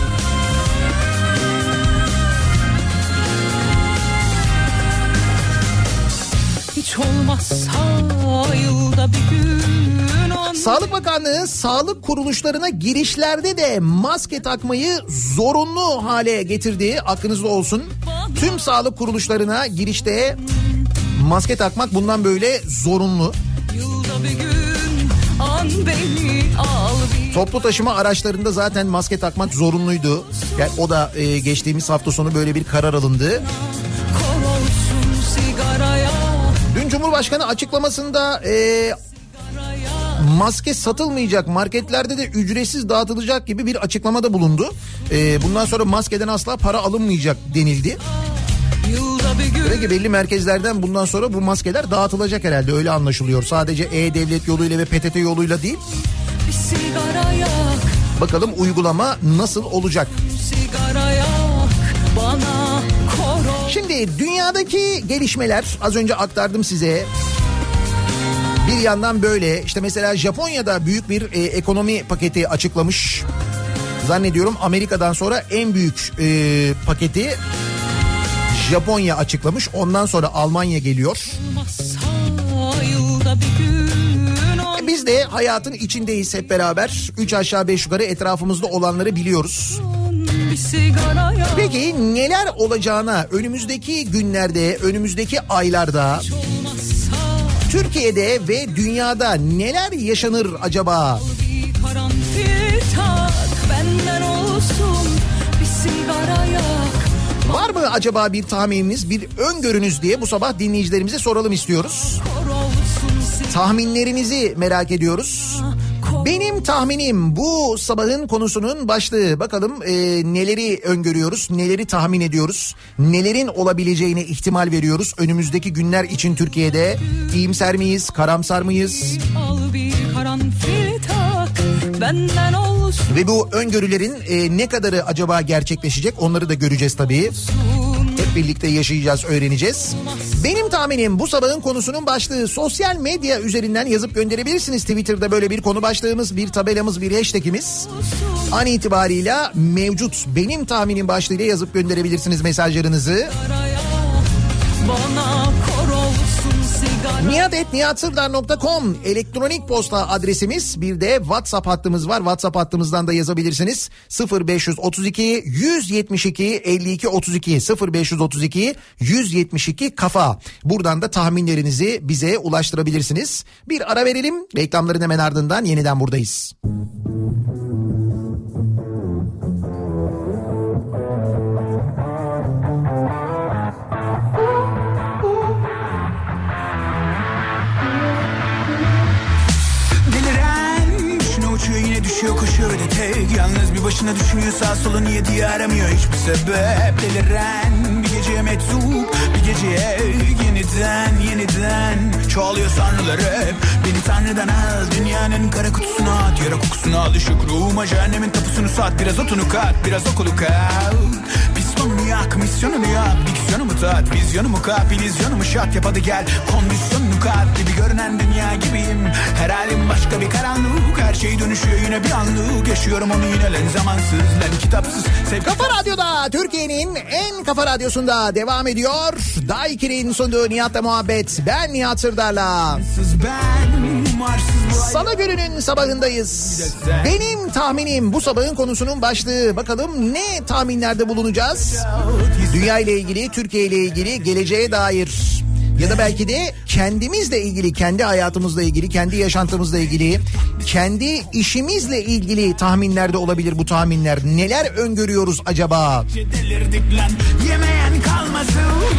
Hiç olmazsa yılda bir gün. Sağlık Bakanlığı sağlık kuruluşlarına girişlerde de maske takmayı zorunlu hale getirdi. Aklınızda olsun. Tüm sağlık kuruluşlarına girişte maske takmak bundan böyle zorunlu. Yılda bir gün an beni al bir... Toplu taşıma araçlarında zaten maske takmak zorunluydu. Yani o da e, geçtiğimiz hafta sonu böyle bir karar alındı. Dün Cumhurbaşkanı açıklamasında e, maske satılmayacak, marketlerde de ücretsiz dağıtılacak gibi bir açıklamada bulundu. E, bundan sonra maskeden asla para alınmayacak denildi. Peki belli merkezlerden bundan sonra bu maskeler dağıtılacak herhalde, öyle anlaşılıyor. Sadece E-Devlet yoluyla ve P T T yoluyla değil. Bakalım uygulama nasıl olacak? Şimdi dünyadaki gelişmeler az önce aktardım size. Bir yandan böyle işte mesela Japonya'da büyük bir e, ekonomi paketi açıklamış. Zannediyorum Amerika'dan sonra en büyük e, paketi Japonya açıklamış. Ondan sonra Almanya geliyor. E, biz de hayatın içindeyiz hep beraber. Üç aşağı beş yukarı etrafımızda olanları biliyoruz. Peki neler olacağına önümüzdeki günlerde, önümüzdeki aylarda Türkiye'de ve dünyada neler yaşanır acaba? Var mı acaba bir tahmininiz, bir öngörünüz diye bu sabah dinleyicilerimize soralım istiyoruz. Tahminlerinizi merak ediyoruz. Benim tahminim bu sabahın konusunun başlığı. Bakalım e, neleri öngörüyoruz, neleri tahmin ediyoruz, nelerin olabileceğine ihtimal veriyoruz. Önümüzdeki günler için Türkiye'de iyimser miyiz, karamsar mıyız? Ve bu öngörülerin e, ne kadarı acaba gerçekleşecek, onları da göreceğiz tabii. Hep birlikte yaşayacağız, öğreneceğiz. Benim tahminim bu sabahın konusunun başlığı. Sosyal medya üzerinden yazıp gönderebilirsiniz. Twitter'da böyle bir konu başlığımız, bir tabelamız, bir hashtagimiz an itibarıyla mevcut. Benim tahminim başlığıyla yazıp gönderebilirsiniz mesajlarınızı. nihat et nihat sırdar nokta com elektronik posta adresimiz, bir de WhatsApp hattımız var. WhatsApp hattımızdan da yazabilirsiniz. sıfır beş otuz iki yüz yetmiş iki elli iki otuz iki sıfır beş otuz iki yüz yetmiş iki kafa. Buradan da tahminlerinizi bize ulaştırabilirsiniz. Bir ara verelim. Reklamların hemen ardından yeniden buradayız. Düşüyor koşuyor ve de tek yalnız bir başına düşünüyor, sağ sola niye diye aramıyor hiçbir sebep. Deliren bir geceye meczup, bir geceye yeniden yeniden çoğalıyor sanrılar hep. Beni Tanrı'dan al, dünyanın kara kutusuna at, yara kokusuna alışık ruhuma, cehennemin tapusunu sat, biraz otunu kat, biraz okulu kal. Piston yak, misyonunu yap, diksiyonumu tat, vizyonumu kap, illüzyonumu şat yap hadi gel, kondisyonunu kat, gibi görünen dünya gibiyim, her halim başka bir karanlık, her şey dönüşüyor yine bir anlık, yaşıyorum onu yine len zamansız, len kitapsız. Sevgi... Kafa Radyo'da, Türkiye'nin en kafa radyosunda devam ediyor. Daiki'nin sunduğu Nihat'la muhabbet. Ben Nihat Sırdar'la. Salı gününün sabahındayız. Benim tahminim bu sabahın konusunun başlığı. Bakalım ne tahminlerde bulunacağız? Dünya ile ilgili, Türkiye ile ilgili, geleceğe dair ya da belki de kendimizle ilgili, kendi hayatımızla ilgili, kendi yaşantımızla ilgili, kendi işimizle ilgili tahminlerde olabilir bu tahminler. Neler öngörüyoruz acaba? Delirdik lan, yemeyen kalmasın.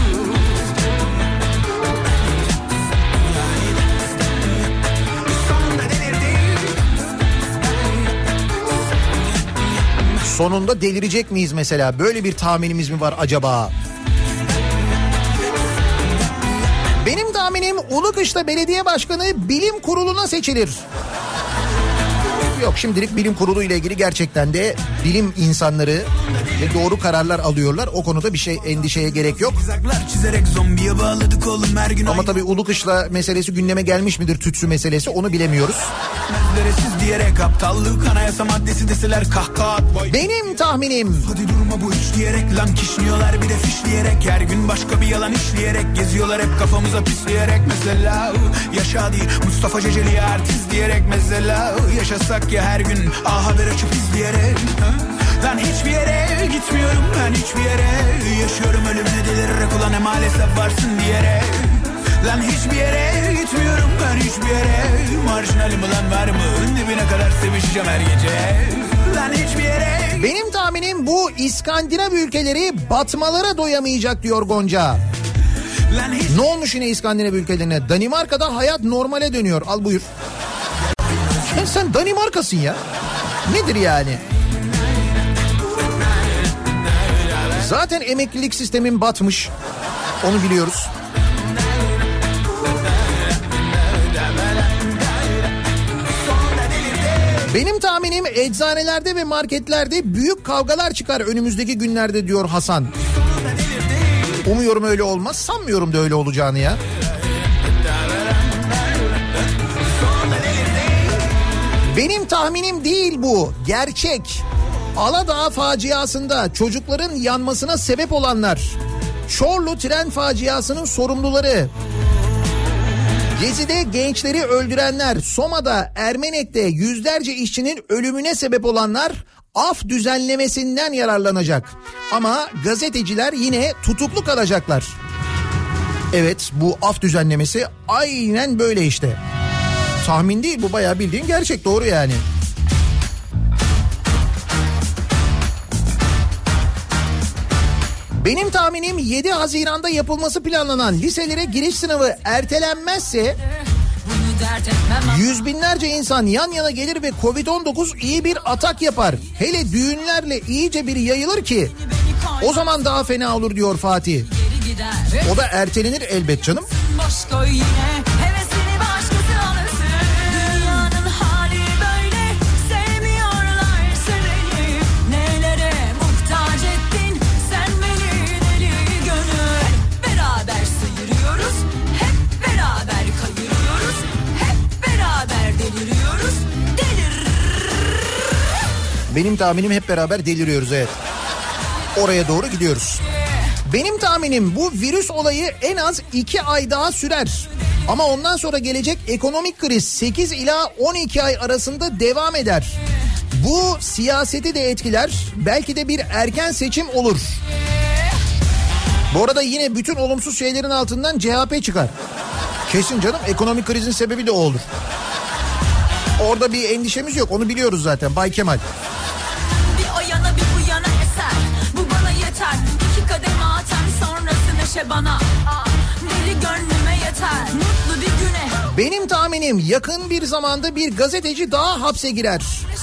Sonunda delirecek miyiz mesela? Böyle bir tahminimiz mi var acaba? Benim tahminim Ulukışla Belediye Başkanı bilim kuruluna seçilir. Yok, şimdilik bilim kurulu ile ilgili gerçekten de bilim insanları ve doğru kararlar alıyorlar. O konuda bir şey endişeye gerek yok. Ama tabii Ulukışla meselesi gündeme gelmiş midir, tütsü meselesi, onu bilemiyoruz. Diyerek aptallık anayasa maddesi deseler kahkaha. Benim tahminim. Hadi durma bu iş diyerek lan kişniyorlar bir de fişleyerek. Her gün başka bir yalan işleyerek geziyorlar hep kafamıza pisleyerek. Mesela yaşa değil Mustafa Ceceli artist diyerek. Mesela yaşasak ya her gün A Haber açıp izleyerek. Ben hiçbir yere gitmiyorum, ben hiçbir yere yaşıyorum ölümüne delirerek. Ulan ne maalesef varsın diyerek. Lan hiçbir yere gitmiyorum, ben hiçbir yere. Marjinalim ulan var mı? Dibine kadar sevişeceğim her gece. Lan hiçbir yere... Benim tahminim bu İskandinav ülkeleri batmalara doyamayacak diyor Gonca. Hiç... Ne olmuş yine İskandinav ülkelerine? Danimarka'da hayat normale dönüyor. Al buyur. Sen, sen Danimarka'sın ya. Nedir yani? Zaten emeklilik sistemin batmış. Onu biliyoruz. Benim tahminim eczanelerde ve marketlerde büyük kavgalar çıkar önümüzdeki günlerde diyor Hasan. Umuyorum öyle olmaz. Sanmıyorum da öyle olacağını ya. Benim tahminim değil bu. Gerçek. Aladağ faciasında çocukların yanmasına sebep olanlar, Çorlu tren faciasının sorumluları, Gezi'de gençleri öldürenler, Soma'da, Ermenek'te yüzlerce işçinin ölümüne sebep olanlar af düzenlemesinden yararlanacak. Ama gazeteciler yine tutuklu kalacaklar. Evet, bu af düzenlemesi aynen böyle işte. Tahmin değil bu, bayağı bildiğin gerçek, doğru yani. Benim tahminim yedi Haziran'da yapılması planlanan liselere giriş sınavı ertelenmezse yüz binlerce insan yan yana gelir ve kovid on dokuz iyi bir atak yapar. Hele düğünlerle iyice bir yayılır ki o zaman daha fena olur diyor Fatih. O da ertelenir elbet canım. Benim tahminim hep beraber deliriyoruz, evet. Oraya doğru gidiyoruz. Benim tahminim bu virüs olayı en az iki ay daha sürer. Ama ondan sonra gelecek ekonomik kriz sekiz ila on iki ay arasında devam eder. Bu siyaseti de etkiler. Belki de bir erken seçim olur. Bu arada yine bütün olumsuz şeylerin altından C H P çıkar. Kesin canım, ekonomik krizin sebebi de o olur. Orada bir endişemiz yok, onu biliyoruz zaten Bay Kemal. Bir o yana bir bu yana eser, bu bana yeter. İki kademe atar sonrası neşe bana. Deli gönlüme yeter, mutlu bir güne. Benim tahminim yakın bir zamanda bir gazeteci daha hapse girer.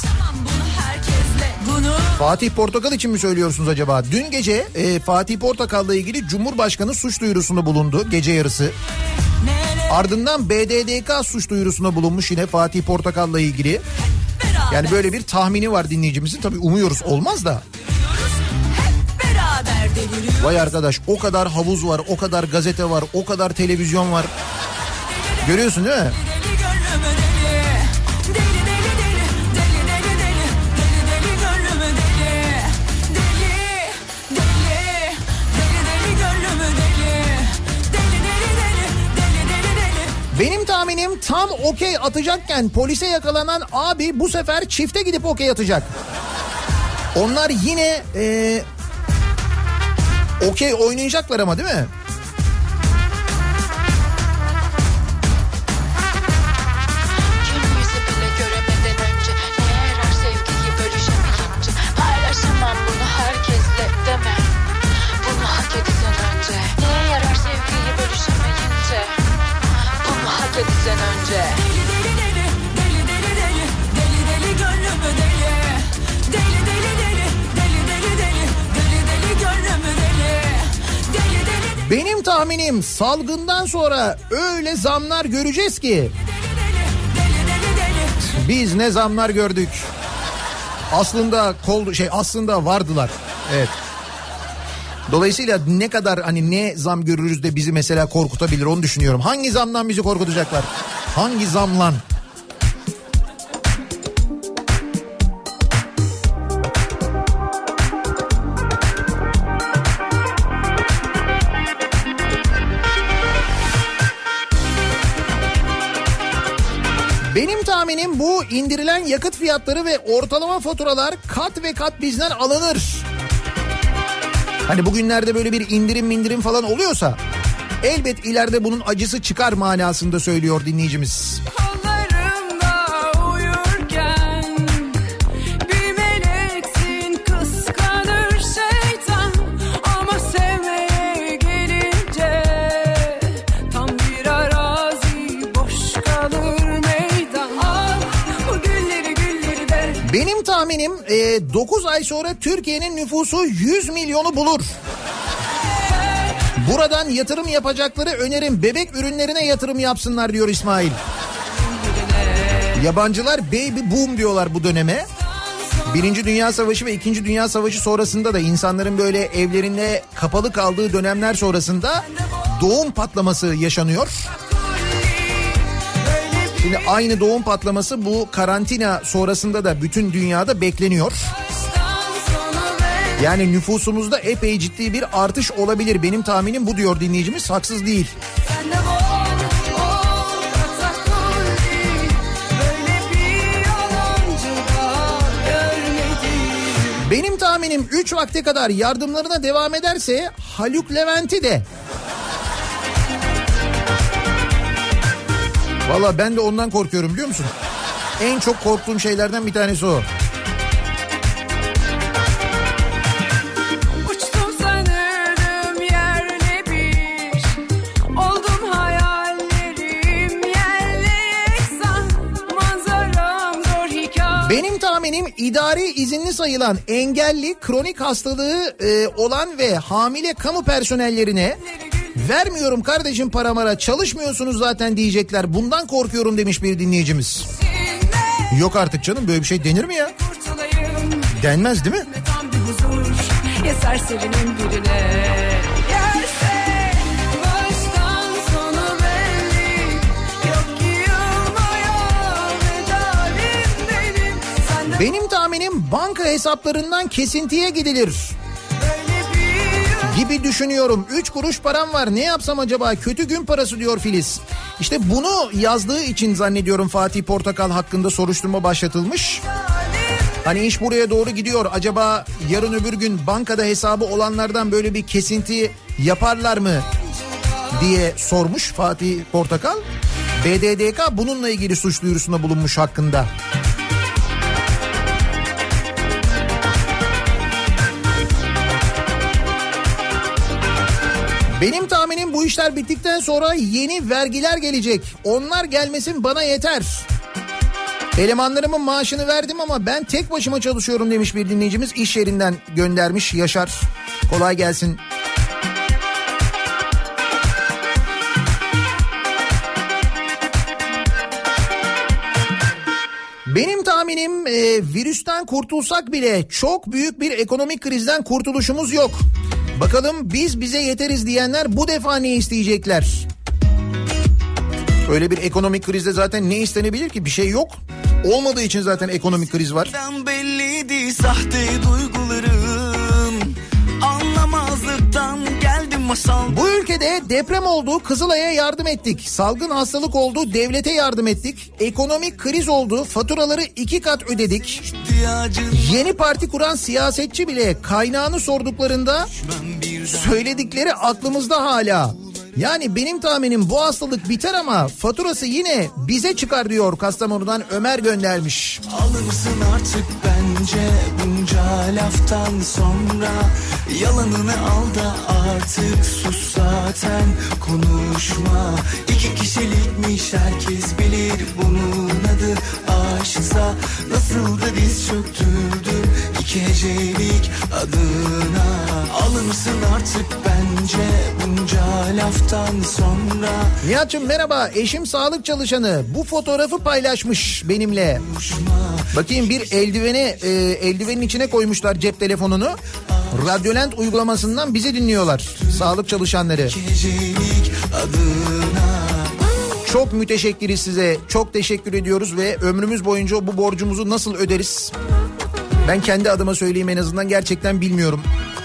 Bunu... Fatih Portakal için mi söylüyorsunuz acaba? Dün gece e, Fatih Portakal'la ilgili Cumhurbaşkanı suç duyurusunda bulundu gece yarısı. Ardından B D D K suç duyurusunda bulunmuş yine Fatih Portakal'la ilgili. Yani böyle bir tahmini var dinleyicimizin. Tabii umuyoruz olmaz da. Hep beraber Vay arkadaş, o kadar havuz var, o kadar gazete var, o kadar televizyon var. Görüyorsun değil mi? Benim tahminim tam okey atacakken polise yakalanan abi bu sefer çifte gidip okey atacak. Onlar yine e, okey oynayacaklar ama değil mi? Sen önce deli deli deli deli deli deli deli deli gönlümü deli deli deli deli deli deli deli deli deli gönlümü deli deli deli. Benim tahminim salgından sonra öyle zamlar göreceğiz ki biz ne zamlar gördük. Aslında kol şey aslında vardılar. Evet. Dolayısıyla ne kadar hani ne zam görürüz de bizi mesela korkutabilir onu düşünüyorum. Hangi zamdan bizi korkutacaklar? Hangi zamlan? Benim tahminim bu indirilen yakıt fiyatları ve ortalama faturalar kat ve kat bizden alınır. Hani bugünlerde böyle bir indirim indirim falan oluyorsa elbet ileride bunun acısı çıkar manasında söylüyor dinleyicimiz. Uyurken, bir meleksin, kıskanır şeytan, ama sevmeye gelince tam bir arazi, boş kalır meydan. Al bu gülleri gülleri de. Benim tahminim e, dokuz ay sonra Türkiye'nin nüfusu yüz milyonu bulur. Buradan yatırım yapacakları önerim bebek ürünlerine yatırım yapsınlar diyor İsmail. Yabancılar baby boom diyorlar bu döneme. Birinci Dünya Savaşı ve İkinci Dünya Savaşı sonrasında da insanların böyle evlerinde kapalı kaldığı dönemler sonrasında doğum patlaması yaşanıyor. Şimdi aynı doğum patlaması bu karantina sonrasında da bütün dünyada bekleniyor. Yani nüfusumuzda epey ciddi bir artış olabilir. Benim tahminim bu diyor dinleyicimiz. Haksız değil. Benim tahminim üç vakte kadar yardımlarına devam ederse Haluk Levent'i de. Valla ben de ondan korkuyorum biliyor musun? En çok korktuğum şeylerden bir tanesi o. Benim tahminim idari izinli sayılan engelli, kronik hastalığı e, olan ve hamile kamu personellerine vermiyorum kardeşim paramara, çalışmıyorsunuz zaten diyecekler. Bundan korkuyorum demiş bir dinleyicimiz. Yok artık canım, böyle bir şey denir mi ya? Denmez değil mi? Benim tahminim banka hesaplarından kesintiye gidilir gibi düşünüyorum. Üç kuruş param var, ne yapsam acaba, kötü gün parası diyor Filiz. İşte bunu yazdığı için zannediyorum Fatih Portakal hakkında soruşturma başlatılmış. Hani iş buraya doğru gidiyor. Acaba yarın öbür gün bankada hesabı olanlardan böyle bir kesinti yaparlar mı diye sormuş Fatih Portakal. B D D K bununla ilgili suç duyurusunda bulunmuş hakkında. Benim tahminim bu işler bittikten sonra yeni vergiler gelecek. Onlar gelmesin bana yeter. Elemanlarımın maaşını verdim ama ben tek başıma çalışıyorum demiş bir dinleyicimiz. İş yerinden göndermiş Yaşar. Kolay gelsin. Benim tahminim e, virüsten kurtulsak bile çok büyük bir ekonomik krizden kurtuluşumuz yok. Bakalım biz bize yeteriz diyenler bu defa ne isteyecekler? Öyle bir ekonomik krizde zaten ne istenebilir ki? Bir şey yok. Olmadığı için zaten ekonomik kriz var. Belliydi sahte duygularım. Anlamazlıktan geldim masal. Bu ülkede deprem oldu, Kızılay'a yardım ettik. Salgın hastalık oldu, devlete yardım ettik. Ekonomik kriz oldu, faturaları iki kat ödedik. Yeni parti kuran siyasetçi bile kaynağını sorduklarında söyledikleri aklımızda hala. Yani benim tahminim bu hastalık biter ama faturası yine bize çıkar diyor Kastamonu'dan Ömer göndermiş. Alırsın artık bence bunca laftan sonra. Yalanını al da artık sus zaten konuşma. İki kişilikmiş herkes bilir bunun adı aşksa. Nasıl da diz çöktürdüm iki hecelik adına. Alırsın artık bence bunca laftan sonra. Nihat'cığım merhaba, eşim sağlık çalışanı, bu fotoğrafı paylaşmış benimle. Bakayım, bir eldiveni e, eldivenin içine koymuşlar cep telefonunu. Radyolent uygulamasından bizi dinliyorlar sağlık çalışanları. Çok müteşekkiriz size, çok teşekkür ediyoruz ve ömrümüz boyunca bu borcumuzu nasıl öderiz? Ben kendi adıma söyleyeyim, en azından gerçekten bilmiyorum.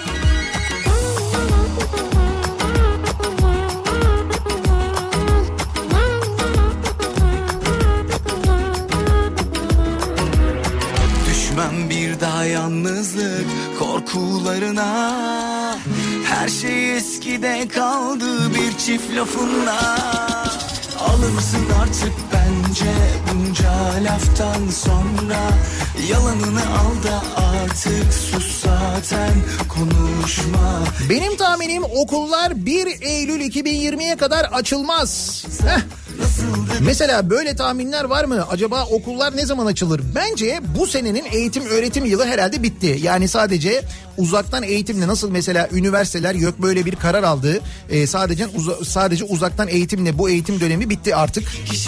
Düşmem bir daha yalnızlık korkularına. Her şey eskide kaldı bir çift lafınla. Alırsın artık bence bunca laftan sonra. Yalanını al da artık sus zaten konuşma. Benim tahminim okullar bir Eylül iki bin yirmiye kadar açılmaz. Heh. Mesela böyle tahminler var mı? Acaba okullar ne zaman açılır? Bence bu senenin eğitim öğretim yılı herhalde bitti. Yani sadece uzaktan eğitimle, nasıl mesela üniversiteler yok böyle bir karar aldı. Ee, sadece uza, sadece uzaktan eğitimle bu eğitim dönemi bitti artık.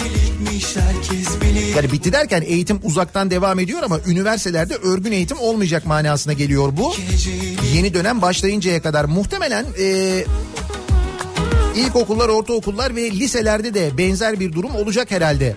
Yani bitti derken eğitim uzaktan devam ediyor ama üniversitelerde örgün eğitim olmayacak manasına geliyor bu. Yeni dönem başlayıncaya kadar muhtemelen... Ee, İlkokullar, ortaokullar ve liselerde de benzer bir durum olacak herhalde.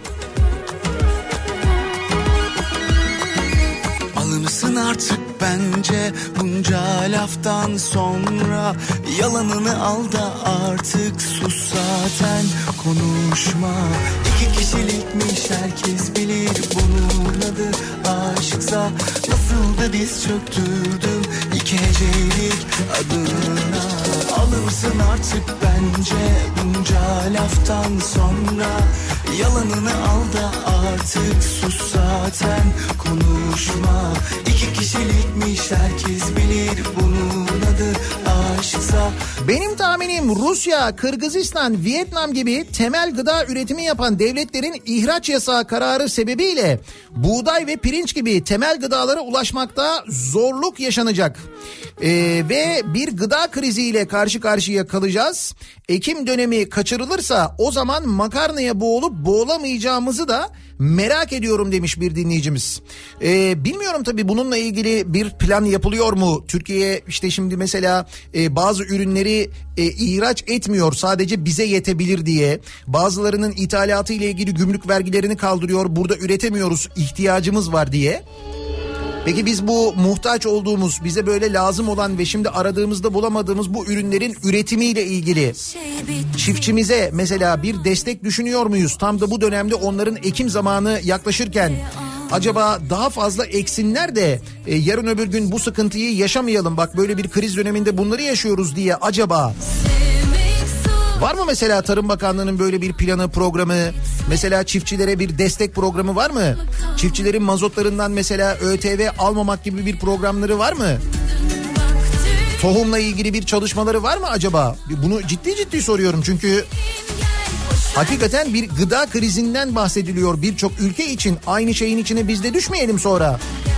Alınırsın artık bence bunca laftan sonra. Yalanını al da artık sus zaten konuşma. İki kişilikmiş herkes bilir bunun adı aşksa. Nasıl da diz çöktürdüm iki hecelik adına. Alırsın artık bence bunca laftan sonra. Yalanını al da artık sus zaten konuşma. İki kişilikmiş herkes bilir bunun adı aşksa. Benim tahminim Rusya, Kırgızistan, Vietnam gibi temel gıda üretimi yapan devletlerin ihraç yasağı kararı sebebiyle buğday ve pirinç gibi temel gıdalara ulaşmakta zorluk yaşanacak. Ee, ve bir gıda kriziyle karşı karşıya kalacağız. Ekim dönemi kaçırılırsa o zaman makarnaya boğulup boğulamayacağımızı da merak ediyorum demiş bir dinleyicimiz. Ee, bilmiyorum tabii bununla ilgili bir plan yapılıyor mu? Türkiye işte şimdi mesela e, bazı ürünleri e, ihraç etmiyor, sadece bize yetebilir diye. Bazılarının ithalatı ile ilgili gümrük vergilerini kaldırıyor, burada üretemiyoruz, ihtiyacımız var diye. Peki biz bu muhtaç olduğumuz, bize böyle lazım olan ve şimdi aradığımızda bulamadığımız bu ürünlerin üretimiyle ilgili çiftçimize mesela bir destek düşünüyor muyuz? Tam da bu dönemde onların ekim zamanı yaklaşırken acaba daha fazla eksinler de e, yarın öbür gün bu sıkıntıyı yaşamayalım, bak böyle bir kriz döneminde bunları yaşıyoruz diye acaba... Var mı mesela Tarım Bakanlığı'nın böyle bir planı, programı? Mesela çiftçilere bir destek programı var mı? Çiftçilerin mazotlarından mesela ÖTV almamak gibi bir programları var mı? Tohumla ilgili bir çalışmaları var mı acaba? Bunu ciddi ciddi soruyorum çünkü hakikaten bir gıda krizinden bahsediliyor birçok ülke için. Aynı şeyin içine biz de düşmeyelim sonra.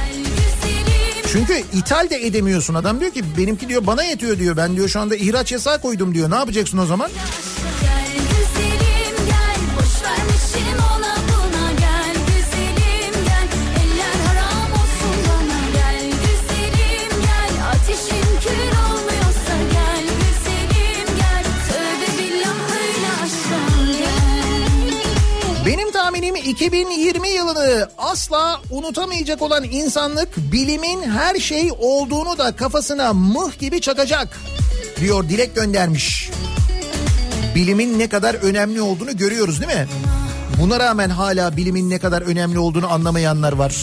Çünkü ithal de edemiyorsun. Adam diyor ki benimki diyor bana yetiyor diyor. Ben diyor şu anda ihraç yasağı koydum diyor. Ne yapacaksın o zaman? Gel güzelim gel, boş vermişim ona buna. Gel güzelim gel, eller haram olsun bana. Gel güzelim gel, ateşin kül olmuyorsa gel. iki bin yirmi yılını asla unutamayacak olan insanlık bilimin her şey olduğunu da kafasına mıh gibi çakacak diyor, dilek göndermiş. Bilimin ne kadar önemli olduğunu görüyoruz değil mi? Buna rağmen hala bilimin ne kadar önemli olduğunu anlamayanlar var.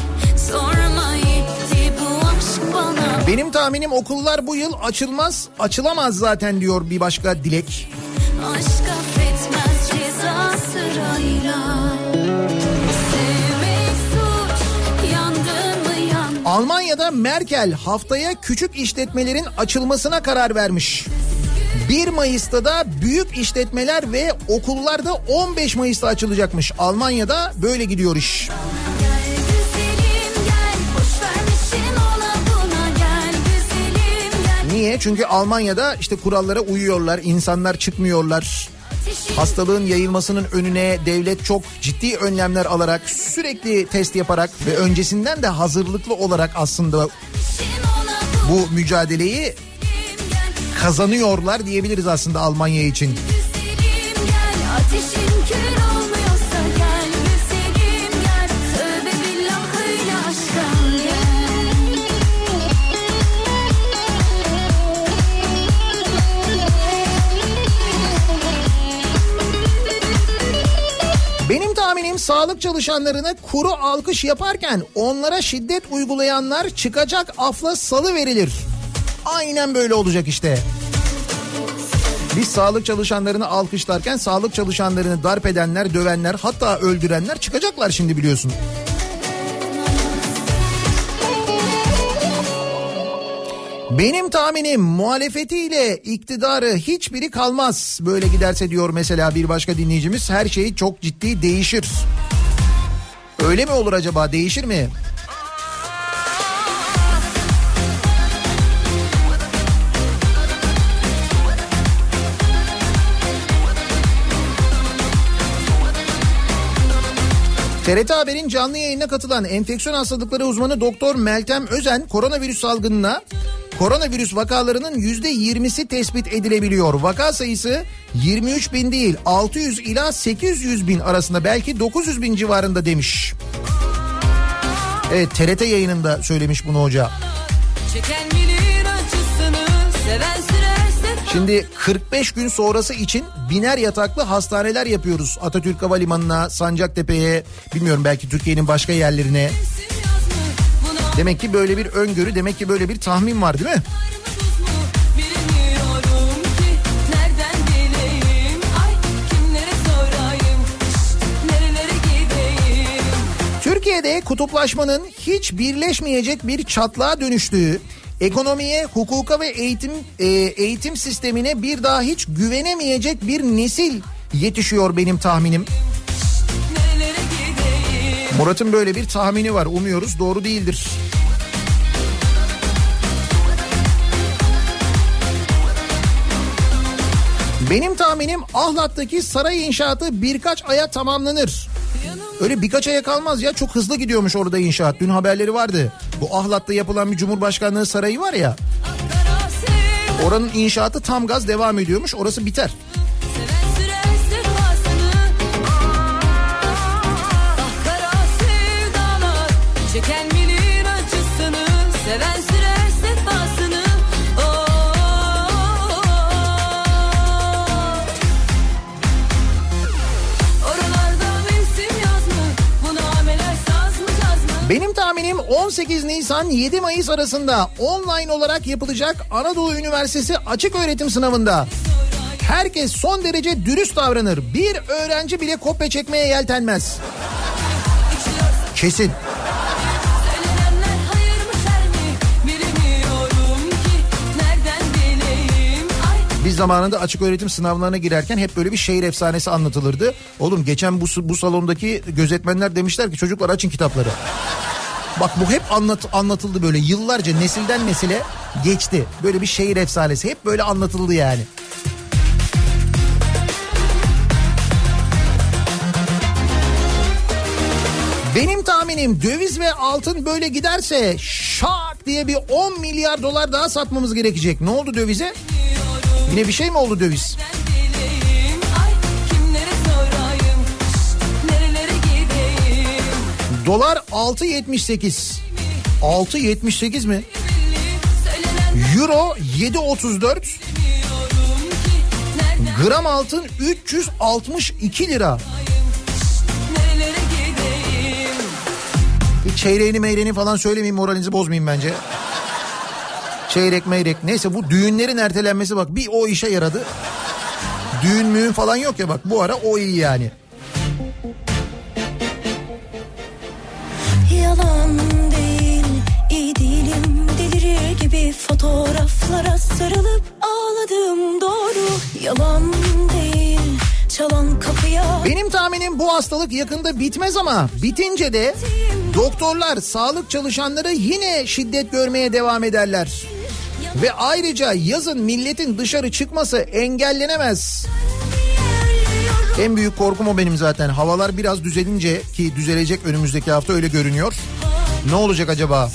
Benim tahminim okullar bu yıl açılmaz, açılamaz zaten diyor bir başka dilek. Aşk affetmez ceza sırayla. Sevmek suç, yandın mı yandın. Almanya'da Merkel haftaya küçük işletmelerin açılmasına karar vermiş. bir Mayıs'ta da büyük işletmeler ve okullar da on beş Mayıs'ta açılacakmış. Almanya'da böyle gidiyor iş. Niye? Çünkü Almanya'da işte kurallara uyuyorlar, insanlar çıkmıyorlar. Hastalığın yayılmasının önüne devlet çok ciddi önlemler alarak, sürekli test yaparak ve öncesinden de hazırlıklı olarak aslında bu mücadeleyi kazanıyorlar diyebiliriz aslında Almanya için. Benim tahminim sağlık çalışanlarına kuru alkış yaparken onlara şiddet uygulayanlar çıkacak afla salı verilir. Aynen böyle olacak işte. Biz sağlık çalışanlarını alkışlarken sağlık çalışanlarını darp edenler, dövenler, hatta öldürenler çıkacaklar şimdi, biliyorsun. Benim tahminim muhalefetiyle iktidarı hiçbiri kalmaz. Böyle giderse diyor mesela bir başka dinleyicimiz, her şey çok ciddi değişir. Öyle mi olur acaba, değişir mi? T R T Haber'in canlı yayına katılan enfeksiyon hastalıkları uzmanı Doktor Meltem Özen, koronavirüs salgınına koronavirüs vakalarının yüzde yirmisi tespit edilebiliyor. Vaka sayısı yirmi üç bin değil, altı yüz ila sekiz yüz bin arasında, belki dokuz yüz bin civarında demiş. Evet, T R T yayınında söylemiş bunu hoca. Şimdi kırk beş gün sonrası için biner yataklı hastaneler yapıyoruz. Atatürk Havalimanı'na, Sancaktepe'ye, bilmiyorum belki Türkiye'nin başka yerlerine. Demek ki böyle bir öngörü, demek ki böyle bir tahmin var değil mi? Türkiye'de kutuplaşmanın hiç birleşmeyecek bir çatlağa dönüştüğü, ekonomiye, hukuka ve eğitim e, eğitim sistemine bir daha hiç güvenemeyecek bir nesil yetişiyor benim tahminim. Murat'ın böyle bir tahmini var. Umuyoruz doğru değildir. Benim tahminim Ahlat'taki saray inşaatı birkaç aya tamamlanır. Öyle birkaç aya kalmaz ya, çok hızlı gidiyormuş orada inşaat. Dün haberleri vardı. Bu Ahlat'ta yapılan bir Cumhurbaşkanlığı sarayı var ya. Oranın inşaatı tam gaz devam ediyormuş. Orası biter. Çeken bilir acısını, seven sürer sefasını. Benim tahminim on sekiz Nisan yedi Mayıs arasında online olarak yapılacak Anadolu Üniversitesi açık öğretim sınavında herkes son derece dürüst davranır. Bir öğrenci bile kopya çekmeye yeltenmez. Kesin. Biz zamanında açık öğretim sınavlarına girerken hep böyle bir şehir efsanesi anlatılırdı. Oğlum geçen bu, bu salondaki gözetmenler demişler ki çocuklar açın kitapları. Bak bu hep anlat, anlatıldı böyle yıllarca, nesilden nesile geçti. Böyle bir şehir efsanesi hep böyle anlatıldı yani. Benim tahminim döviz ve altın böyle giderse şak diye bir on milyar dolar daha satmamız gerekecek. Ne oldu dövize? Yine bir şey mi oldu döviz? Ay, kimlere sorayım, nerelere Dolar altı yetmiş sekiz. altı yetmiş sekiz mi? Euro yedi otuz dört. Gram altın üç yüz altmış iki lira. Bir çeyreğini meyreğini falan söylemeyeyim, moralinizi bozmayayım bence. Çeyrek meyrek. Neyse, bu düğünlerin ertelenmesi bak bir o işe yaradı. Düğün müğün falan yok ya, bak bu ara o iyi yani. Yalan değil, iyi değilim, delirir gibi fotoğraflara sarılıp ağladım, doğru. Yalan değil, çalan kapıya. Benim tahminim bu hastalık yakında bitmez ama bitince de doktorlar, sağlık çalışanları yine şiddet görmeye devam ederler. Ve ayrıca yazın milletin dışarı çıkması engellenemez. En büyük korkum o benim zaten. Havalar biraz düzelince, ki düzelecek önümüzdeki hafta, öyle görünüyor. Ne olacak acaba?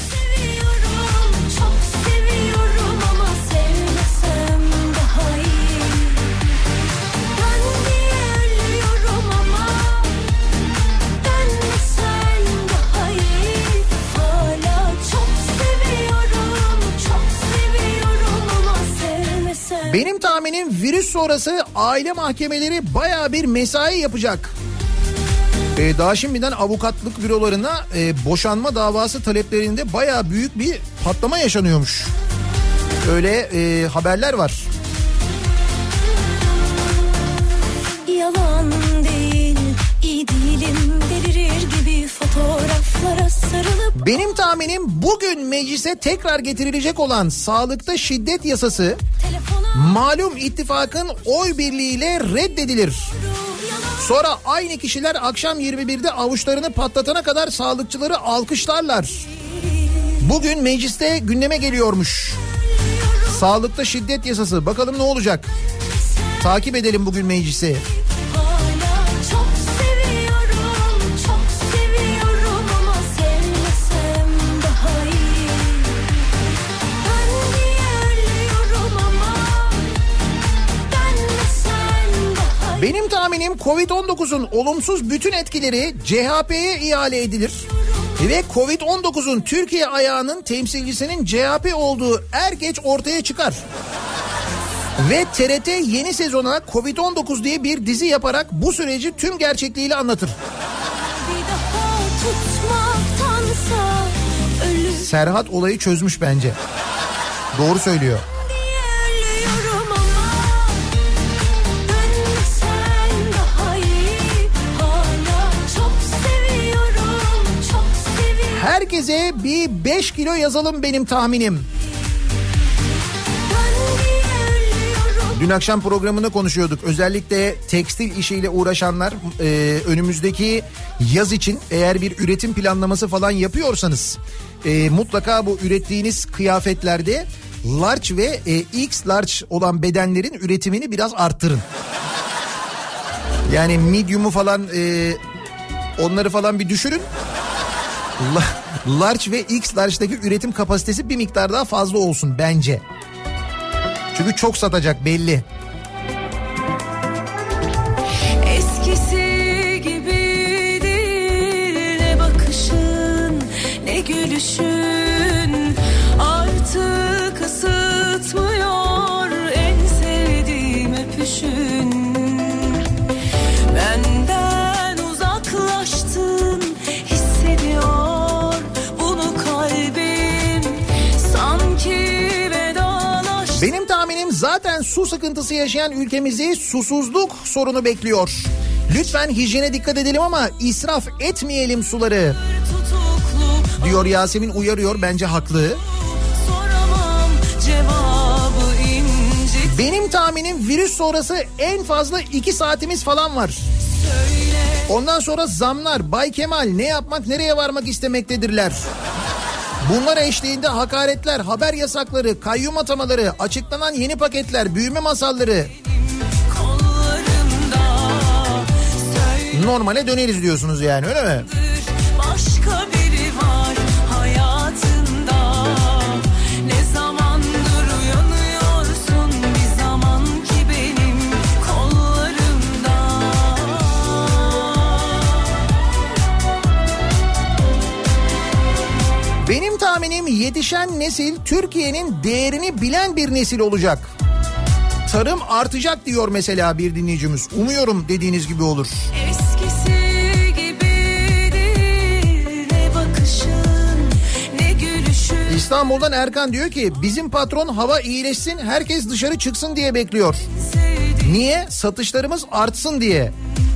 Benim tahminim virüs sonrası aile mahkemeleri bayağı bir mesai yapacak. Ee, daha şimdiden avukatlık bürolarına e, boşanma davası taleplerinde bayağı büyük bir patlama yaşanıyormuş. Öyle e, haberler var. Yalan değil, iyi değilim, delirir gibi fotoğraflara sarılıp. Benim tahminim bugün meclise tekrar getirilecek olan sağlıkta şiddet yasası malum ittifakın oy birliğiyle reddedilir. Sonra aynı kişiler akşam yirmi birde avuçlarını patlatana kadar sağlıkçıları alkışlarlar. Bugün mecliste gündeme geliyormuş sağlıkta şiddet yasası. Bakalım ne olacak? Takip edelim bugün meclisi. Benim tahminim kovid on dokuzun olumsuz bütün etkileri C H P'ye ihale edilir. Ve kovid on dokuzun Türkiye ayağının temsilcisinin C H P olduğu er geç ortaya çıkar. Ve T R T yeni sezona kovid on dokuz diye bir dizi yaparak bu süreci tüm gerçekliğiyle anlatır. Serhat olayı çözmüş bence. Doğru söylüyor. Herkese bir beş kilo yazalım benim tahminim. Dün akşam programında konuşuyorduk. Özellikle tekstil işiyle uğraşanlar e, önümüzdeki yaz için eğer bir üretim planlaması falan yapıyorsanız e, mutlaka bu ürettiğiniz kıyafetlerde large ve e, X large olan bedenlerin üretimini biraz arttırın. Yani medium'u falan e, onları falan bir düşürün. Large ve X large'daki üretim kapasitesi bir miktar daha fazla olsun bence. Çünkü çok satacak belli. Eskisi gibi değil, ne bakışın ne gülüşün artık ısıtmıyor en sevdiğim öpüşün. Benden uzaklaştın hissediyor bunu kalbim, sanki benim tahminim zaten su sıkıntısı yaşayan ülkemizi susuzluk sorunu bekliyor. Lütfen hijyene dikkat edelim ama israf etmeyelim suları, diyor Yasemin, uyarıyor, bence haklı. Benim tahminim virüs sonrası en fazla iki saatimiz falan var. Ondan sonra zamlar, Bay Kemal ne yapmak nereye varmak istemektedirler. Bunlar eşliğinde hakaretler, haber yasakları, kayyum atamaları, açıklanan yeni paketler, büyüme masalları. Normale döneriz diyorsunuz yani, öyle mi? Başka biri var hayatında. Ne zamandır uyanıyorsun bir zaman ki benim kollarımda. yetişen nesil Türkiye'nin değerini bilen bir nesil olacak. Tarım artacak diyor mesela bir dinleyicimiz. Umuyorum dediğiniz gibi olur. Eskisi gibi değil, ne bakışın, ne gülüşün. İstanbul'dan Erkan diyor ki bizim patron hava iyileşsin, herkes dışarı çıksın diye bekliyor. Niye? Satışlarımız artsın diye.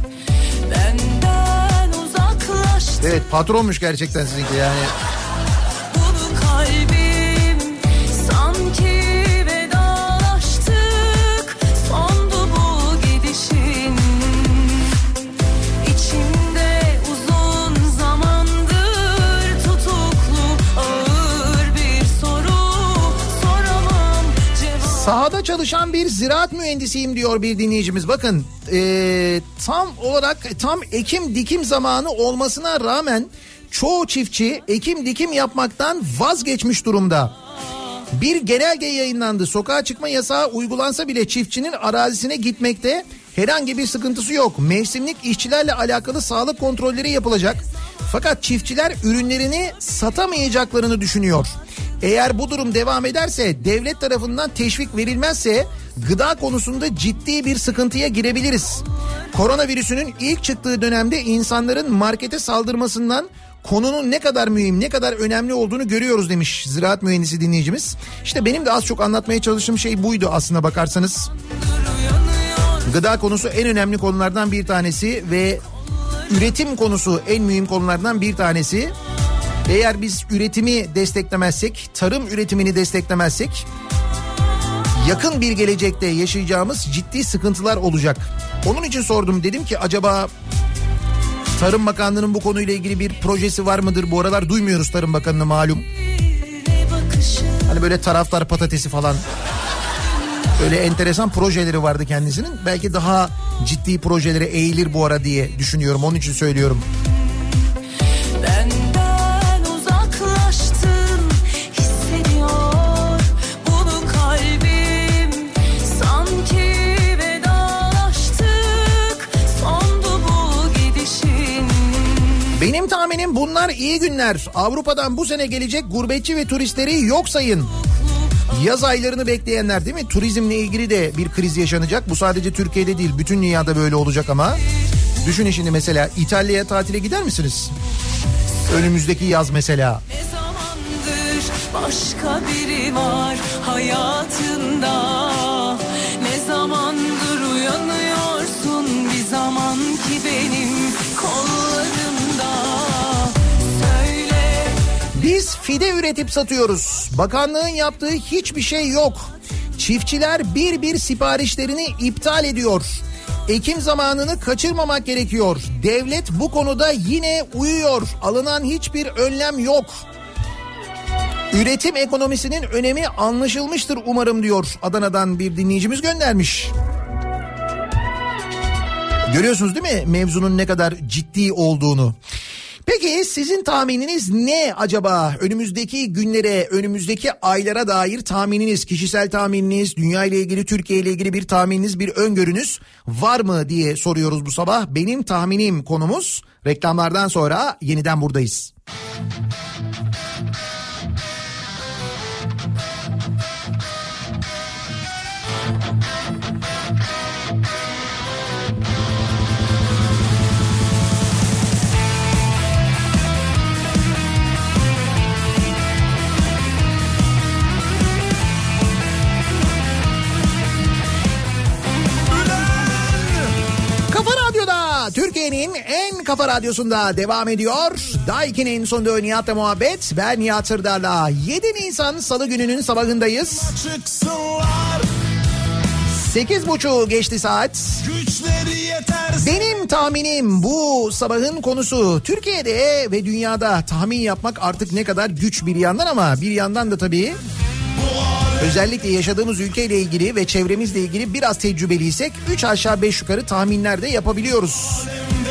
Benden uzaklaştı. Evet, patronmuş gerçekten sizinki yani. Bunu kalbim sanki vedalaştık. Sondu bu gidişin. İçimde uzun zamandır tutuklu ağır bir soru soramam cevap. Sahada çalışan bir ziraat mühendisiyim diyor bir dinleyicimiz. Bakın ee, tam olarak tam ekim dikim zamanı olmasına rağmen çoğu çiftçi ekim dikim yapmaktan vazgeçmiş durumda. Bir genelge yayınlandı. Sokağa çıkma yasağı uygulansa bile çiftçinin arazisine gitmekte herhangi bir sıkıntısı yok. Mevsimlik işçilerle alakalı sağlık kontrolleri yapılacak. Fakat çiftçiler ürünlerini satamayacaklarını düşünüyor. Eğer bu durum devam ederse, devlet tarafından teşvik verilmezse gıda konusunda ciddi bir sıkıntıya girebiliriz. Koronavirüsünün ilk çıktığı dönemde insanların markete saldırmasından konunun ne kadar mühim, ne kadar önemli olduğunu görüyoruz demiş ziraat mühendisi dinleyicimiz. İşte benim de az çok anlatmaya çalıştığım şey buydu aslına bakarsanız. Gıda konusu en önemli konulardan bir tanesi ve üretim konusu en mühim konulardan bir tanesi. Eğer biz üretimi desteklemezsek, tarım üretimini desteklemezsek yakın bir gelecekte yaşayacağımız ciddi sıkıntılar olacak. Onun için sordum, dedim ki acaba Tarım Bakanlığı'nın bu konuyla ilgili bir projesi var mıdır? Bu aralar duymuyoruz Tarım Bakanı'nı malum. Hani böyle taraftar patatesi falan, öyle enteresan projeleri vardı kendisinin. Belki daha ciddi projelere eğilir bu ara diye düşünüyorum, onun için söylüyorum. Benden uzaklaştın, hissediyor bunu kalbim. Sanki vedalaştık, sondu bu gidişin. Benim tahminim bunlar iyi günler. Avrupa'dan bu sene gelecek gurbetçi ve turistleri yok sayın. Yaz aylarını bekleyenler, değil mi? Turizmle ilgili de bir kriz yaşanacak. Bu sadece Türkiye'de değil, bütün dünyada böyle olacak ama. Düşünün şimdi mesela İtalya'ya tatile gider misiniz? Önümüzdeki yaz mesela. Ne zamandır başka biri var hayatında. Ne zamandır uyanıyorsun bir zaman ki benim kollarımda. Söyle. Biz fide üretip satıyoruz. Bakanlığın yaptığı hiçbir şey yok. Çiftçiler bir bir siparişlerini iptal ediyor. Ekim zamanını kaçırmamak gerekiyor. Devlet bu konuda yine uyuyor. Alınan hiçbir önlem yok. Üretim ekonomisinin önemi anlaşılmıştır umarım diyor. Adana'dan bir dinleyicimiz göndermiş. Görüyorsunuz değil mi mevzunun ne kadar ciddi olduğunu? Peki sizin tahmininiz ne acaba? Önümüzdeki günlere, önümüzdeki aylara dair tahmininiz, kişisel tahmininiz, dünya ile ilgili, Türkiye ile ilgili bir tahmininiz, bir öngörünüz var mı diye soruyoruz bu sabah. Benim tahminim konumuz. Reklamlardan sonra yeniden buradayız. Türkiye'nin en kafa radyosunda devam ediyor. Daiki'nin sonunda Nihat'la muhabbet. Ben Nihat Sırdar'la. yedi Nisan Salı gününün sabahındayız. sekiz buçuk geçti saat. Benim tahminim bu sabahın konusu. Türkiye'de ve dünyada tahmin yapmak artık ne kadar güç bir yandan, ama bir yandan da tabii özellikle yaşadığımız ülkeyle ilgili ve çevremizle ilgili biraz tecrübeliysek üç aşağı beş yukarı tahminler de yapabiliyoruz.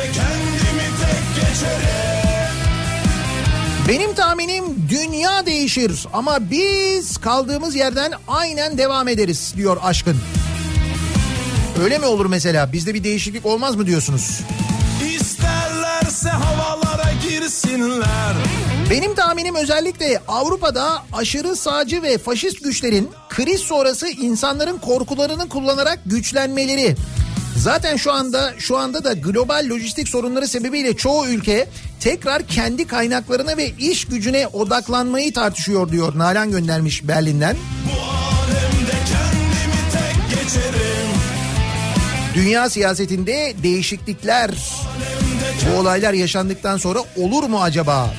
Benim tahminim dünya değişir ama biz kaldığımız yerden aynen devam ederiz diyor Aşkın. Öyle mi olur mesela? Bizde bir değişiklik olmaz mı diyorsunuz? İsterlerse havalara girsinler. Benim tahminim özellikle Avrupa'da aşırı sağcı ve faşist güçlerin kriz sonrası insanların korkularını kullanarak güçlenmeleri. Zaten şu anda şu anda da global lojistik sorunları sebebiyle çoğu ülke tekrar kendi kaynaklarına ve iş gücüne odaklanmayı tartışıyor diyor. Nalan göndermiş Berlin'den. Bu alemde kendimi tek geçerim. Dünya siyasetinde değişiklikler, bu olaylar yaşandıktan sonra olur mu acaba?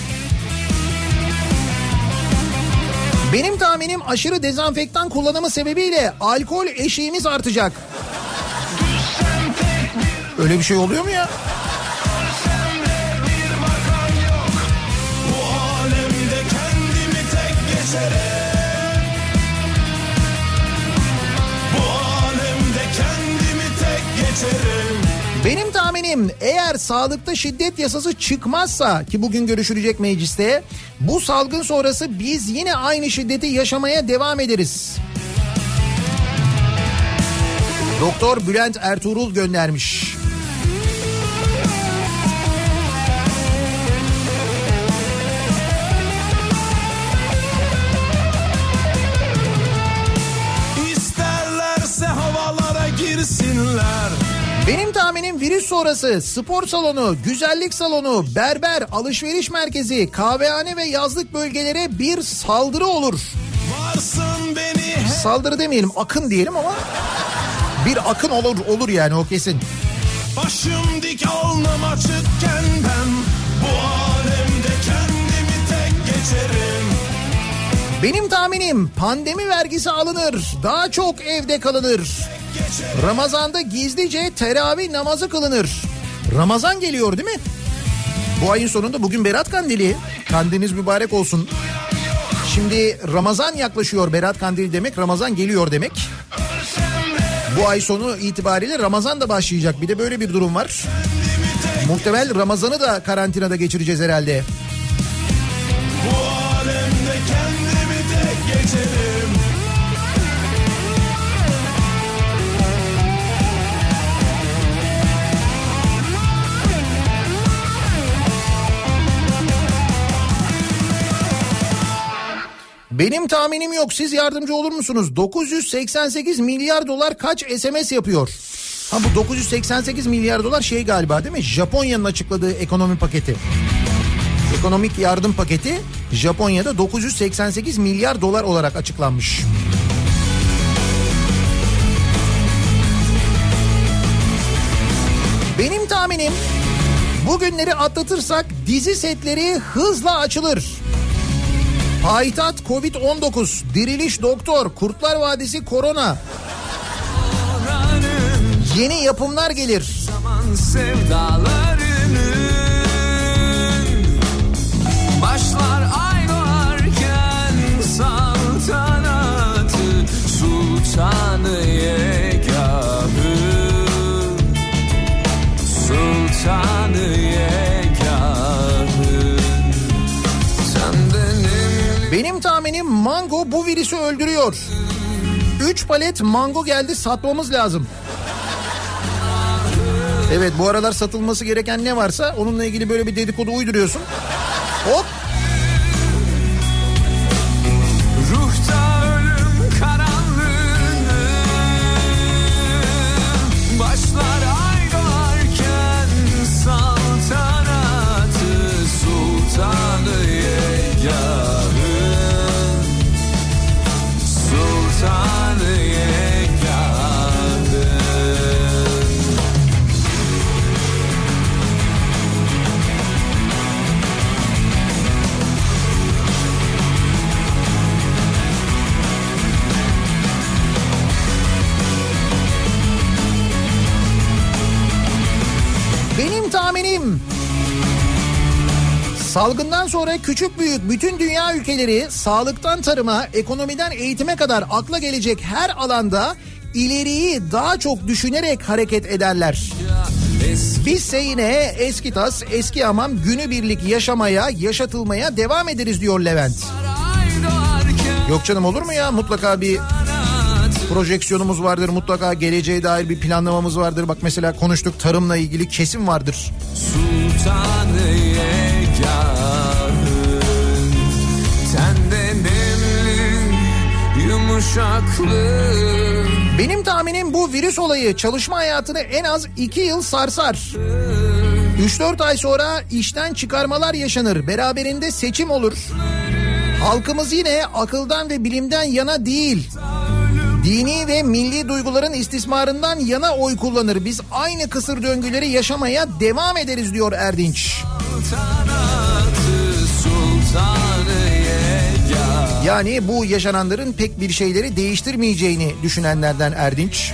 Benim tahminim aşırı dezenfektan kullanımı sebebiyle alkol eşiğimiz artacak. Öyle bir şey oluyor mu ya? Bu alemde kendimi tek geçerim. Bu alemde kendimi tek geçerim. Benim tahminim eğer sağlıkta şiddet yasası çıkmazsa, ki bugün görüşülecek mecliste, bu salgın sonrası biz yine aynı şiddeti yaşamaya devam ederiz. Doktor Bülent Ertuğrul göndermiş. İsterlerse havalara girsinler. Benim tahminim virüs sonrası spor salonu, güzellik salonu, berber, alışveriş merkezi, kahvehane ve yazlık bölgelere bir saldırı olur. Varsın beni. Saldırı demeyelim, akın diyelim ama bir akın olur olur yani, o kesin. Başım dik alnım açıkken ben bu alemde kendimi tek geçerim. Benim tahminim pandemi vergisi alınır, daha çok evde kalınır. Ramazan'da gizlice teravih namazı kılınır. Ramazan geliyor değil mi? Bu ayın sonunda, bugün Berat Kandili. Kandiliniz mübarek olsun. Şimdi Ramazan yaklaşıyor, Berat Kandili demek Ramazan geliyor demek. Bu ay sonu itibariyle Ramazan da başlayacak. Bir de böyle bir durum var. Muhtemel Ramazan'ı da karantinada geçireceğiz herhalde. Bu alemde kendimi tek geçerim. Benim tahminim yok. Siz yardımcı olur musunuz? dokuz yüz seksen sekiz milyar dolar kaç S M S yapıyor? Ha, bu dokuz yüz seksen sekiz milyar dolar şey galiba değil mi? Japonya'nın açıkladığı ekonomi paketi. Ekonomik yardım paketi Japonya'da dokuz yüz seksen sekiz milyar dolar olarak açıklanmış. Benim tahminim bugünleri atlatırsak dizi setleri hızla açılır. Payitaht Covid on dokuz, Diriliş Doktor, Kurtlar Vadisi Korona. Yeni yapımlar gelir. Zaman sevdalarının başlar ay doğarken saltanatı sultanı yegahı sultanı yegahı sen benim. Benim tahminim mango bu virüsü öldürüyor. üç palet mango geldi, satmamız lazım. Evet, bu aralar satılması gereken ne varsa onunla ilgili böyle bir dedikodu uyduruyorsun. Hop. Ruhta ölüm karanlığını başlar ay doğarken saltanatı sultanı yegahı sultanı yegahı. Benim tahminim salgından sonra küçük büyük bütün dünya ülkeleri sağlıktan tarıma, ekonomiden eğitime kadar akla gelecek her alanda ileriyi daha çok düşünerek hareket ederler. Bizse yine eski tas, eski hamam, günübirlik yaşamaya, yaşatılmaya devam ederiz diyor Levent. Yok canım, olur mu ya? Mutlaka bir projeksiyonumuz vardır. Mutlaka geleceğe dair bir planlamamız vardır. Bak mesela konuştuk, tarımla ilgili kesin vardır. Sultanı yegarın, tende nemli yumuşaklığı. Benim tahminim bu virüs olayı çalışma hayatını en az iki yıl sarsar. üç dört ay sonra işten çıkarmalar yaşanır. Beraberinde seçim olur. Halkımız yine akıldan ve bilimden yana değil, dini ve milli duyguların istismarından yana oy kullanır. Biz aynı kısır döngüleri yaşamaya devam ederiz diyor Erdinç. Yani bu yaşananların pek bir şeyleri değiştirmeyeceğini düşünenlerden Erdinç.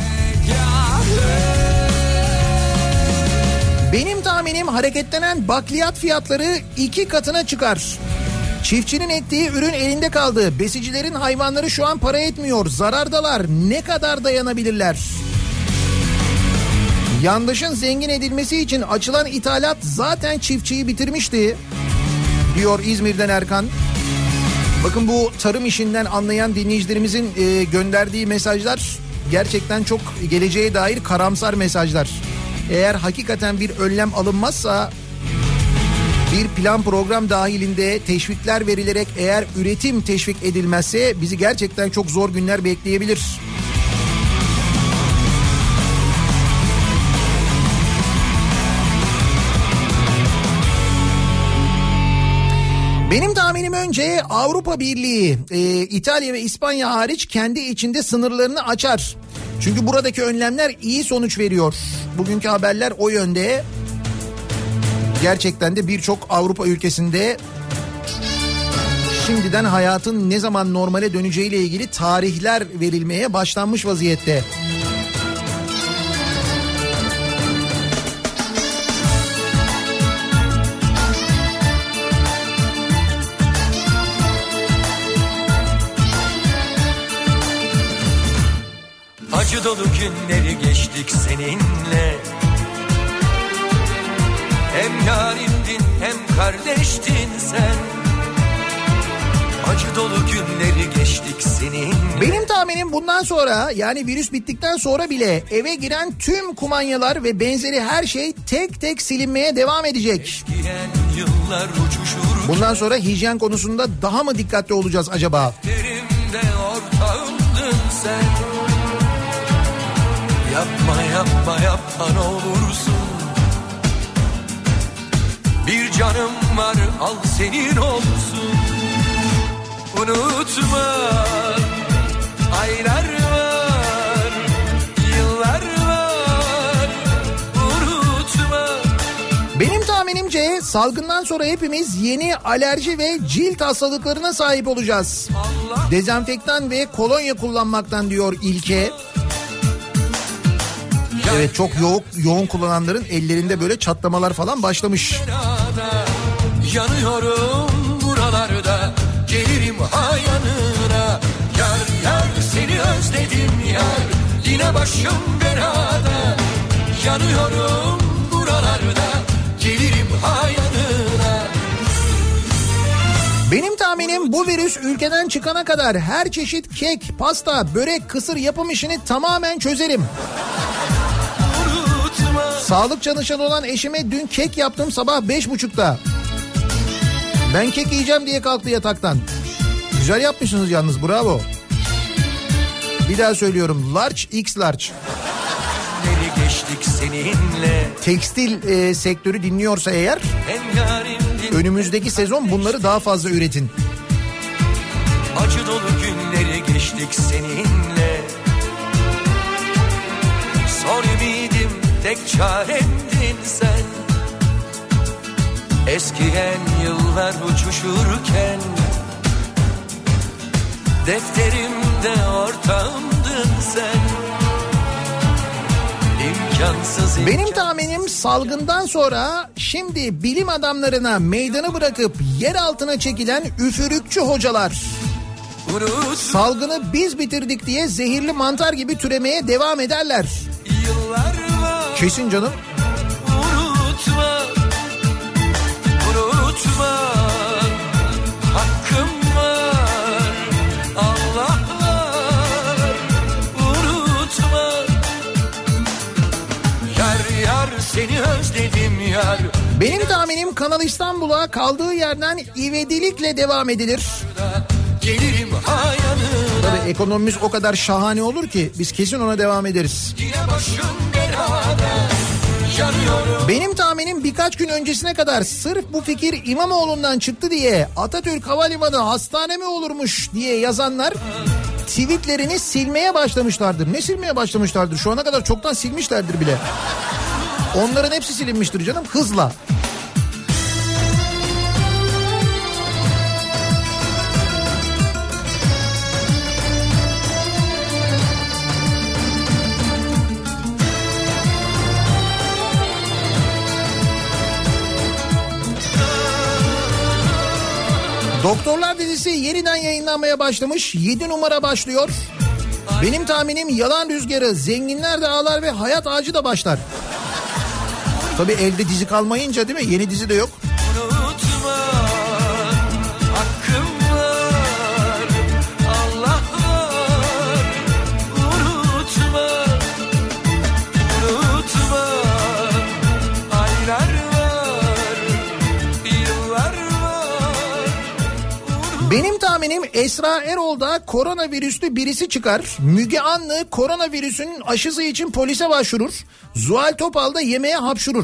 Benim tahminim hareketlenen bakliyat fiyatları iki katına çıkar. Çiftçinin ektiği ürün elinde kaldı. Besicilerin hayvanları şu an para etmiyor. Zarardalar. Ne kadar dayanabilirler? Yandaşın zengin edilmesi için açılan ithalat zaten çiftçiyi bitirmişti, diyor İzmir'den Erkan. Bakın bu tarım işinden anlayan dinleyicilerimizin e, gönderdiği mesajlar gerçekten çok geleceğe dair karamsar mesajlar. Eğer hakikaten bir önlem alınmazsa, bir plan program dahilinde teşvikler verilerek eğer üretim teşvik edilmezse bizi gerçekten çok zor günler bekleyebilir. Benim tahminim önce Avrupa Birliği, e, İtalya ve İspanya hariç kendi içinde sınırlarını açar. Çünkü buradaki önlemler iyi sonuç veriyor. Bugünkü haberler o yönde. Gerçekten de birçok Avrupa ülkesinde şimdiden hayatın ne zaman normale döneceğiyle ilgili tarihler verilmeye başlanmış vaziyette. Acı dolu günleri geçtik seninle. Hem yarimdin hem kardeştin sen. Acı dolu günleri geçtik seninle. Benim tahminim bundan sonra, yani virüs bittikten sonra bile eve giren tüm kumanyalar ve benzeri her şey tek tek silinmeye devam edecek. Bundan sonra hijyen konusunda daha mı dikkatli olacağız acaba? Derimde ortağımdın sen. Yapma yapma yapma ne olursun. Bir canım var al senin olsun. Unutma aylar var, yıllar var. Unutma. Benim tahminimce salgından sonra hepimiz yeni alerji ve cilt hastalıklarına sahip olacağız. Allah. Dezenfektan ve kolonya kullanmaktan diyor İlke. Evet, çok yoğun, yoğun kullananların ellerinde böyle çatlamalar falan başlamış. Yanıyorum buralarda, gelirim ha yanına. Yar yar seni özledim yar, yine başım belada. Yanıyorum buralarda, gelirim ha yanına. Benim tahminim bu virüs ülkeden çıkana kadar her çeşit kek, pasta, börek, kısır yapım işini tamamen çözerim. Sağlık çalışanı olan eşime dün kek yaptım sabah beş buçukta. Ben kek yiyeceğim diye kalktı yataktan. Güzel yapmışsınız yalnız, bravo. Bir daha söylüyorum, large x large. Geçtik seninle. Tekstil e, sektörü dinliyorsa eğer, önümüzdeki sezon bunları daha fazla üretin. Acı dolu günleri geçtik seninle. Son ümidim, tek çaremdin sen. Eskiyen yıllar uçuşurken defterimde ortağımdın sen. İmkansız, imkan... Benim tahminim salgından sonra şimdi bilim adamlarına meydanı bırakıp yer altına çekilen üfürükçü hocalar salgını biz bitirdik diye zehirli mantar gibi türemeye devam ederler. Kesin canım. Unutma, unutma, hakkım var, Allah var, yar. Benim tahminim Kanal İstanbul'a kaldığı yerden ivedilikle devam edilir. Gelirim ha yanına. Tabii ekonomimiz o kadar şahane olur ki biz kesin ona devam ederiz. Yine başım belada. Yanıyorum. Benim tahminim birkaç gün öncesine kadar sırf bu fikir İmamoğlu'ndan çıktı diye Atatürk Havalimanı hastane mi olurmuş diye yazanlar tweetlerini silmeye başlamışlardır. Ne silmeye başlamışlardır? Şu ana kadar çoktan silmişlerdir bile. Onların hepsi silinmiştir canım, hızla. Doktorlar dizisi yeniden yayınlanmaya başlamış. yedi numara başlıyor. Benim tahminim Yalan Rüzgarı, Zenginler de Ağlar ve Hayat Ağacı da başlar. Tabii elde dizi kalmayınca değil mi? Yeni dizi de yok. Unutma, hakkım var, Allah var. Unutma, unutma, aylar var, yıllar var. Benim tahminim Esra Erol'da koronavirüslü birisi çıkar. Müge Anlı koronavirüsün aşısı için polise başvurur. Zuhal Topal da yemeğe hapşurur.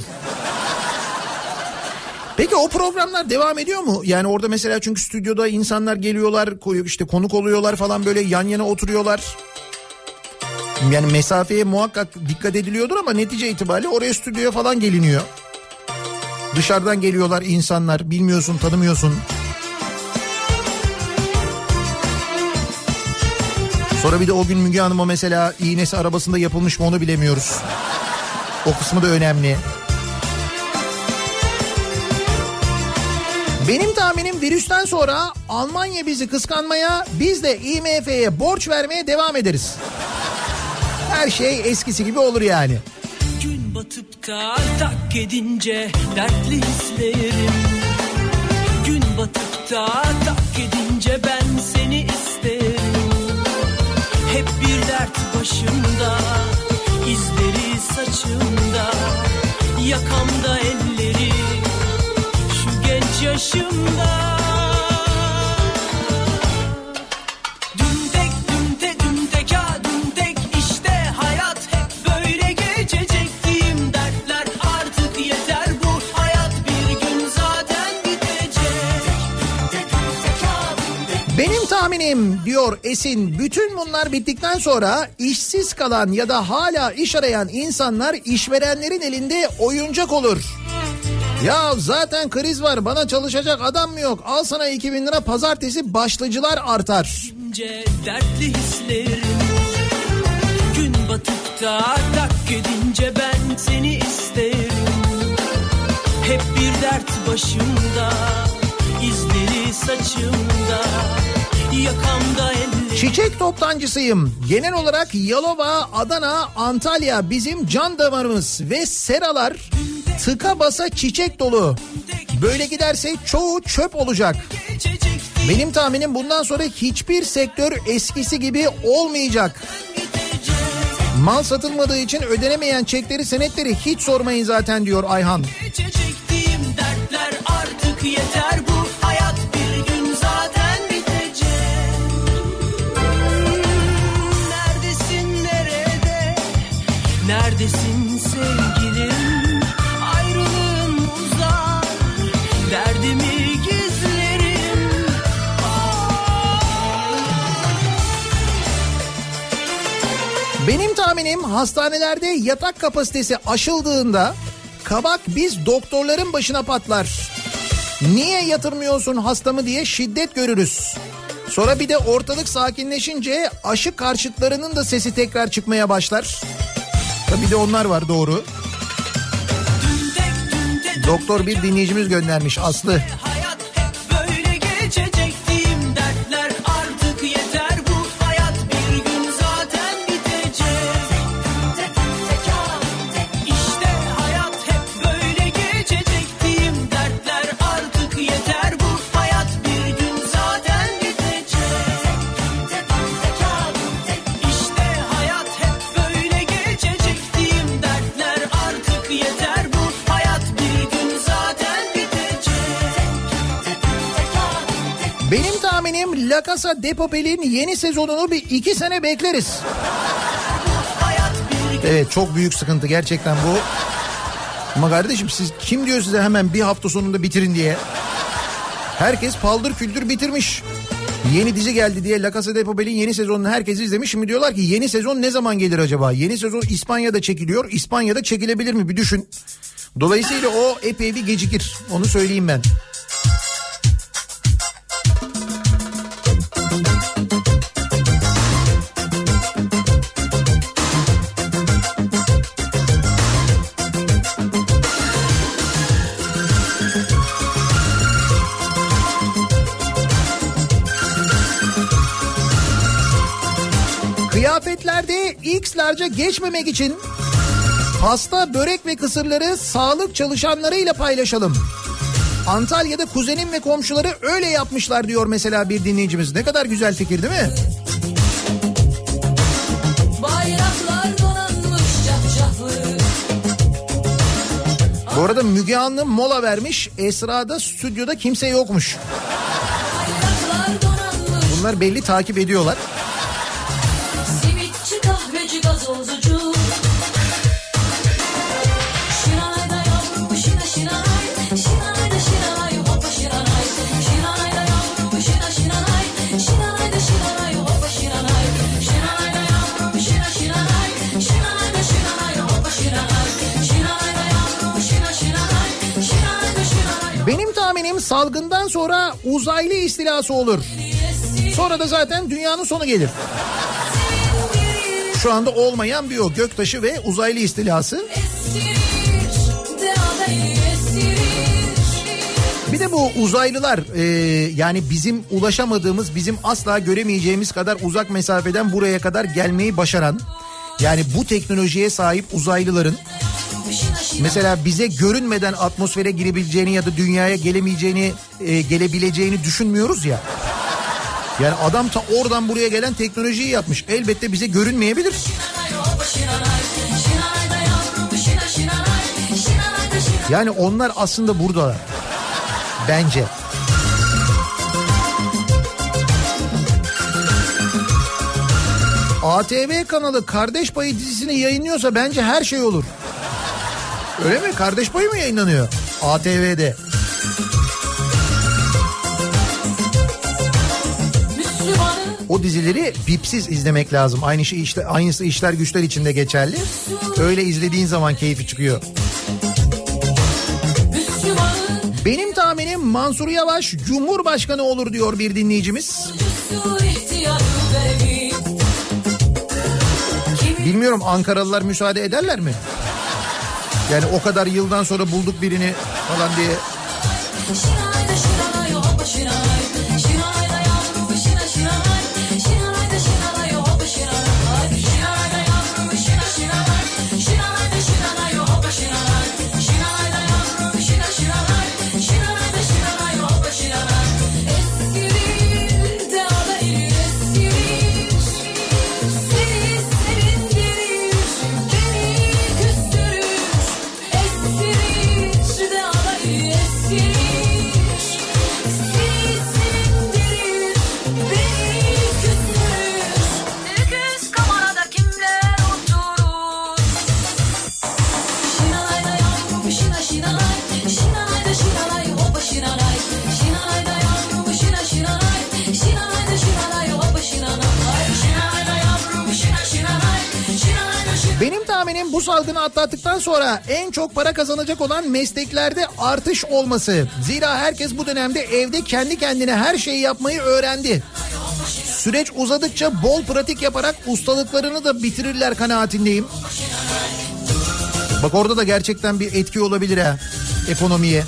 Peki o programlar devam ediyor mu? Yani orada mesela çünkü stüdyoda insanlar geliyorlar, işte konuk oluyorlar falan, böyle yan yana oturuyorlar. Yani mesafeye muhakkak dikkat ediliyordur ama netice itibariyle oraya, stüdyoya falan geliniyor. Dışarıdan geliyorlar insanlar, bilmiyorsun, tanımıyorsun. Sonra bir de o gün Müge Hanım'a mesela iğnesi arabasında yapılmış mı onu bilemiyoruz. O kısmı da önemli. Benim tahminim virüsten sonra Almanya bizi kıskanmaya, biz de I M F'ye borç vermeye devam ederiz. Her şey eskisi gibi olur yani. Gün batıp da tak edince dertli hislerim. Gün batıp da tak edince ben seni isterim. Hep bir dert başımda, izleri saçımda, yakamda elleri, şu genç yaşımda. Dün tek, dün tek, dün tek, ha dün tek, işte hayat hep böyle geçecek. Diyeyim dertler artık yeter, bu hayat bir gün zaten bitecek. Benim tahminim diyor Esin, bütün bunlar bittikten sonra işsiz kalan ya da hala iş arayan insanlar işverenlerin elinde oyuncak olur. Ya zaten kriz var, bana çalışacak adam mı yok, al sana iki bin lira, pazartesi başlıcılar artar. Dertli hislerim, gün batıp da tak edince ben seni isterim. Hep bir dert başımda, izleri saçımda, yakamda elleri. Çiçek toptancısıyım. Genel olarak Yalova, Adana, Antalya bizim can damarımız ve seralar tıka basa çiçek dolu. Böyle giderse çoğu çöp olacak. Benim tahminim bundan sonra hiçbir sektör eskisi gibi olmayacak. Mal satılmadığı için ödenemeyen çekleri, senetleri hiç sormayın zaten diyor Ayhan. Çektiğim dertler artık yeter, bu hayat bir gün zaten bitecek. Neredesin, nerede? Neredesin sevgilim? Ayrılığın uzak, derdimi gizlerim. Benim tahminim hastanelerde yatak kapasitesi aşıldığında kabak biz doktorların başına patlar. Niye yatırmıyorsun hastamı diye şiddet görürüz. Sonra bir de ortalık sakinleşince aşı karşıtlarının da sesi tekrar çıkmaya başlar. Tabii de onlar var, doğru. Doktor bir dinleyicimiz göndermiş, Aslı. Hayat hep böyle geçecek, diyeyim dertler artık yeter, bu hayat bir gün zaten bitecek. İşte hayat hep böyle geçecek, diyeyim dertler artık yeter, bu hayat bir gün zaten bitecek. İşte hayat hep böyle geçecek, diyeyim dertler artık yeter, bu hayat bir La Casa de Papel'in yeni sezonunu bir iki sene bekleriz. Evet, çok büyük sıkıntı gerçekten bu. Ama kardeşim siz kim diyor size hemen bir hafta sonunda bitirin diye? Herkes paldır küldür bitirmiş. Yeni dizi geldi diye La Casa de Papel'in yeni sezonunu herkes izlemiş. Şimdi diyorlar ki yeni sezon ne zaman gelir acaba? Yeni sezon İspanya'da çekiliyor. İspanya'da çekilebilir mi? Bir düşün. Dolayısıyla o epey bir gecikir. Onu söyleyeyim ben. Kıyafetlerde X'lerce geçmemek için pasta, börek ve kısırları sağlık çalışanlarıyla paylaşalım. Antalya'da kuzenim ve komşuları öyle yapmışlar diyor mesela bir dinleyicimiz. Ne kadar güzel fikir değil mi? Bayraklar donanmış cafcaflı. Bu arada Müge Anlı mola vermiş. Esra'da stüdyoda kimse yokmuş. Bayraklar donanmış. Bunlar belli takip ediyorlar. Simitçi, kahveci, gazozcu. Şinay da yavrum şina şinay. Şinay da şinay hoppa şinay. Şinay da yavrum şina şinay. Şinay da şinay hoppa şinay. Şinay da yavrum şina şinay. Şinay da şinay hoppa şinay. Şinay da yavrum şina şinay. Şinay da şinay. Benim tahminim salgından sonra uzaylı istilası olur. Sonra da zaten dünyanın sonu gelir. Şu anda olmayan bir o göktaşı ve uzaylı istilası. Bir de bu uzaylılar e, yani bizim ulaşamadığımız, bizim asla göremeyeceğimiz kadar uzak mesafeden buraya kadar gelmeyi başaran, yani bu teknolojiye sahip uzaylıların mesela bize görünmeden atmosfere girebileceğini ya da dünyaya gelemeyeceğini, e, gelebileceğini düşünmüyoruz ya. Yani adam ta oradan buraya gelen teknolojiyi yapmış. Elbette bize görünmeyebilir. Yani onlar aslında buradalar. Bence. A T V kanalı Kardeş Payı dizisini yayınlıyorsa bence her şey olur. Öyle mi? Kardeş Payı mı yayınlanıyor A T V'de? O dizileri bipsiz izlemek lazım. Aynı şey işte, aynısı İşler Güçler için de geçerli. Öyle izlediğin zaman keyfi çıkıyor. Benim tahminim Mansur Yavaş Cumhurbaşkanı olur diyor bir dinleyicimiz. Bilmiyorum, Ankaralılar müsaade ederler mi? Yani o kadar yıldan sonra bulduk birini falan diye. Bu salgını atlattıktan sonra en çok para kazanacak olan mesleklerde artış olması. Zira herkes bu dönemde evde kendi kendine her şeyi yapmayı öğrendi. Süreç uzadıkça bol pratik yaparak ustalıklarını da bitirirler kanaatindeyim. Bak orada da gerçekten bir etki olabilir ha ekonomiye.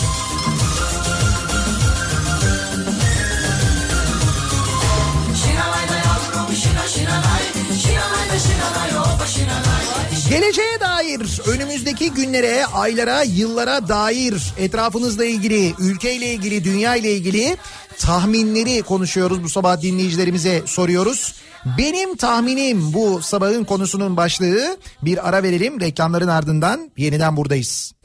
Geleceğe dair, önümüzdeki günlere, aylara, yıllara dair etrafınızla ilgili, ülkeyle ilgili, dünya ile ilgili tahminleri konuşuyoruz. Bu sabah dinleyicilerimize soruyoruz. Benim tahminim bu sabahın konusunun başlığı. Bir ara verelim, reklamların ardından yeniden buradayız.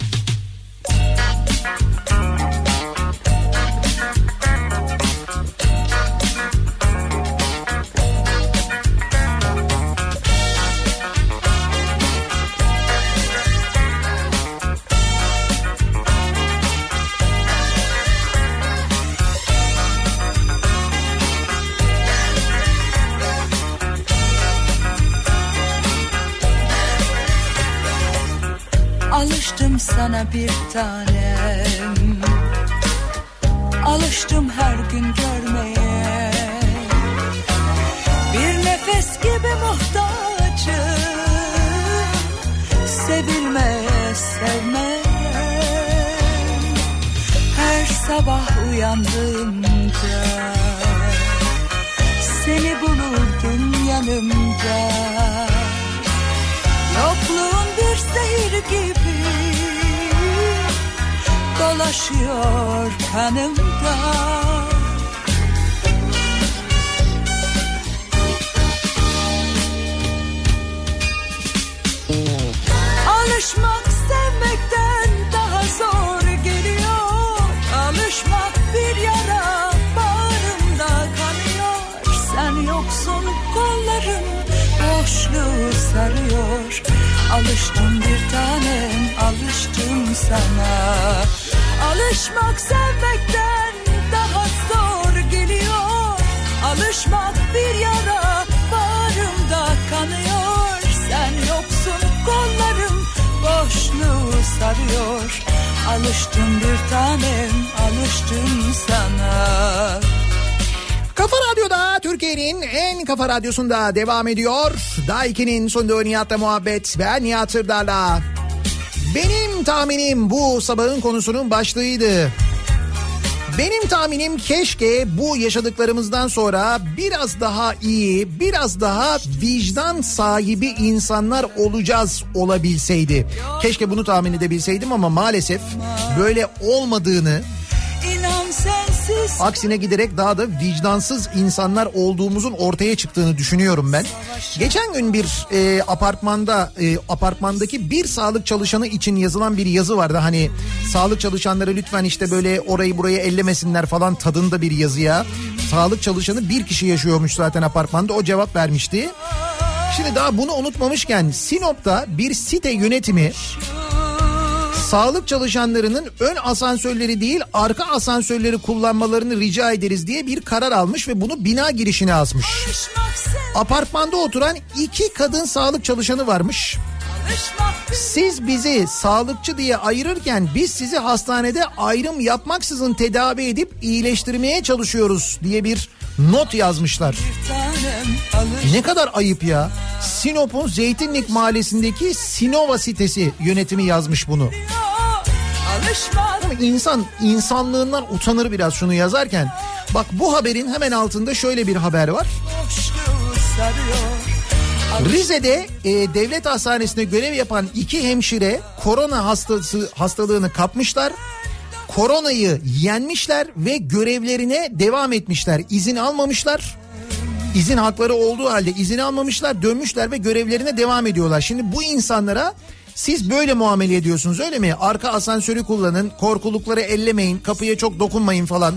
Alıştım sana bir tanem, alıştım her gün görmeye. Bir nefes gibi muhtacım, sevilmeye, sevmeye. Her sabah uyandığımda seni bulurdum yanımda. Yokluğun bir zehir gibi dolaşıyor kanımda. Alışmak sevmekten daha zor geliyor. Alışmak bir yara bağrımda kanıyor. Sen yoksun kollarım boşluğu sarıyor. Alıştım bir tanem, alıştım sana. Alışmak sevmekten daha zor geliyor. Alışmak bir yara bağrımda kanıyor. Sen yoksun kollarım boşluğu sarıyor. Alıştım bir tanem, alıştım sana. Kafa Radyo'da, Türkiye'nin en kafa radyosunda devam ediyor. Daha ikinin sonunda Nihat'la muhabbet. Ben Nihat Sırdar'la. Benim tahminim bu sabahın konusunun başlığıydı. Benim tahminim keşke bu yaşadıklarımızdan sonra biraz daha iyi, biraz daha vicdan sahibi insanlar olacağız olabilseydi. Keşke bunu tahmin edebilseydim ama maalesef böyle olmadığını, aksine giderek daha da vicdansız insanlar olduğumuzun ortaya çıktığını düşünüyorum ben. Geçen gün bir e, apartmanda e, apartmandaki bir sağlık çalışanı için yazılan bir yazı vardı. Hani sağlık çalışanları lütfen işte böyle orayı burayı ellemesinler falan tadında bir yazıya. Sağlık çalışanı bir kişi yaşıyormuş zaten apartmanda, o cevap vermişti. Şimdi daha bunu unutmamışken Sinop'ta bir site yönetimi sağlık çalışanlarının ön asansörleri değil arka asansörleri kullanmalarını rica ederiz diye bir karar almış ve bunu bina girişine asmış. Apartmanda oturan iki kadın sağlık çalışanı varmış. Siz bizi sağlıkçı diye ayırırken biz sizi hastanede ayrım yapmaksızın tedavi edip iyileştirmeye çalışıyoruz diye bir not yazmışlar. Ne kadar ayıp ya. Sinop'un Zeytinlik Mahallesi'ndeki Sinova sitesi yönetimi yazmış bunu. Ama insan insanlığından utanır biraz şunu yazarken. Bak bu haberin hemen altında şöyle bir haber var. Rize'de e, devlet hastanesinde görev yapan iki hemşire korona hastası hastalığını kapmışlar. Koronayı yenmişler ve görevlerine devam etmişler. İzin almamışlar. İzin hakları olduğu halde izin almamışlar, dönmüşler ve görevlerine devam ediyorlar. Şimdi bu insanlara siz böyle muamele ediyorsunuz, öyle mi? Arka asansörü kullanın, korkulukları ellemeyin, kapıya çok dokunmayın falan.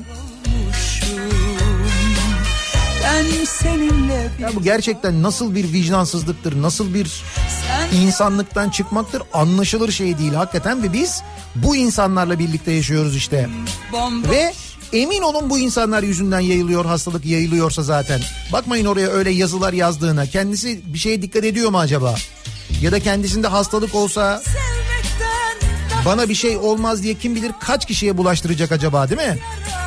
Ya bu gerçekten nasıl bir vicdansızlıktır, nasıl bir insanlıktan çıkmaktır, anlaşılır şey değil hakikaten. Ve biz bu insanlarla birlikte yaşıyoruz işte. Ve emin olun bu insanlar yüzünden yayılıyor, hastalık yayılıyorsa zaten. Bakmayın oraya öyle yazılar yazdığına. Kendisi bir şeye dikkat ediyor mu acaba? Ya da kendisinde hastalık olsa bana bir şey olmaz diye kim bilir kaç kişiye bulaştıracak acaba, değil mi?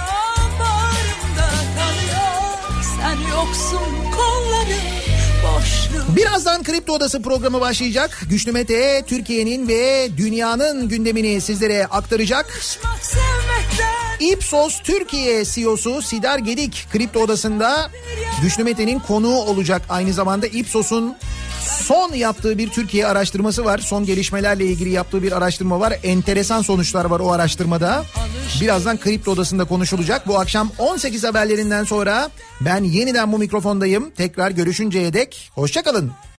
Birazdan Kripto Odası programı başlayacak. Güçlü Mete Türkiye'nin ve dünyanın gündemini sizlere aktaracak. Ipsos Türkiye C E O'su Sidar Gedik Kripto Odası'nda Güçlü Mete'nin konuğu olacak. Aynı zamanda Ipsos'un son yaptığı bir Türkiye araştırması var. Son gelişmelerle ilgili yaptığı bir araştırma var. Enteresan sonuçlar var o araştırmada. Birazdan Kripto Odası'nda konuşulacak. Bu akşam on sekiz haberlerinden sonra ben yeniden bu mikrofondayım. Tekrar görüşünceye dek hoşça kalın.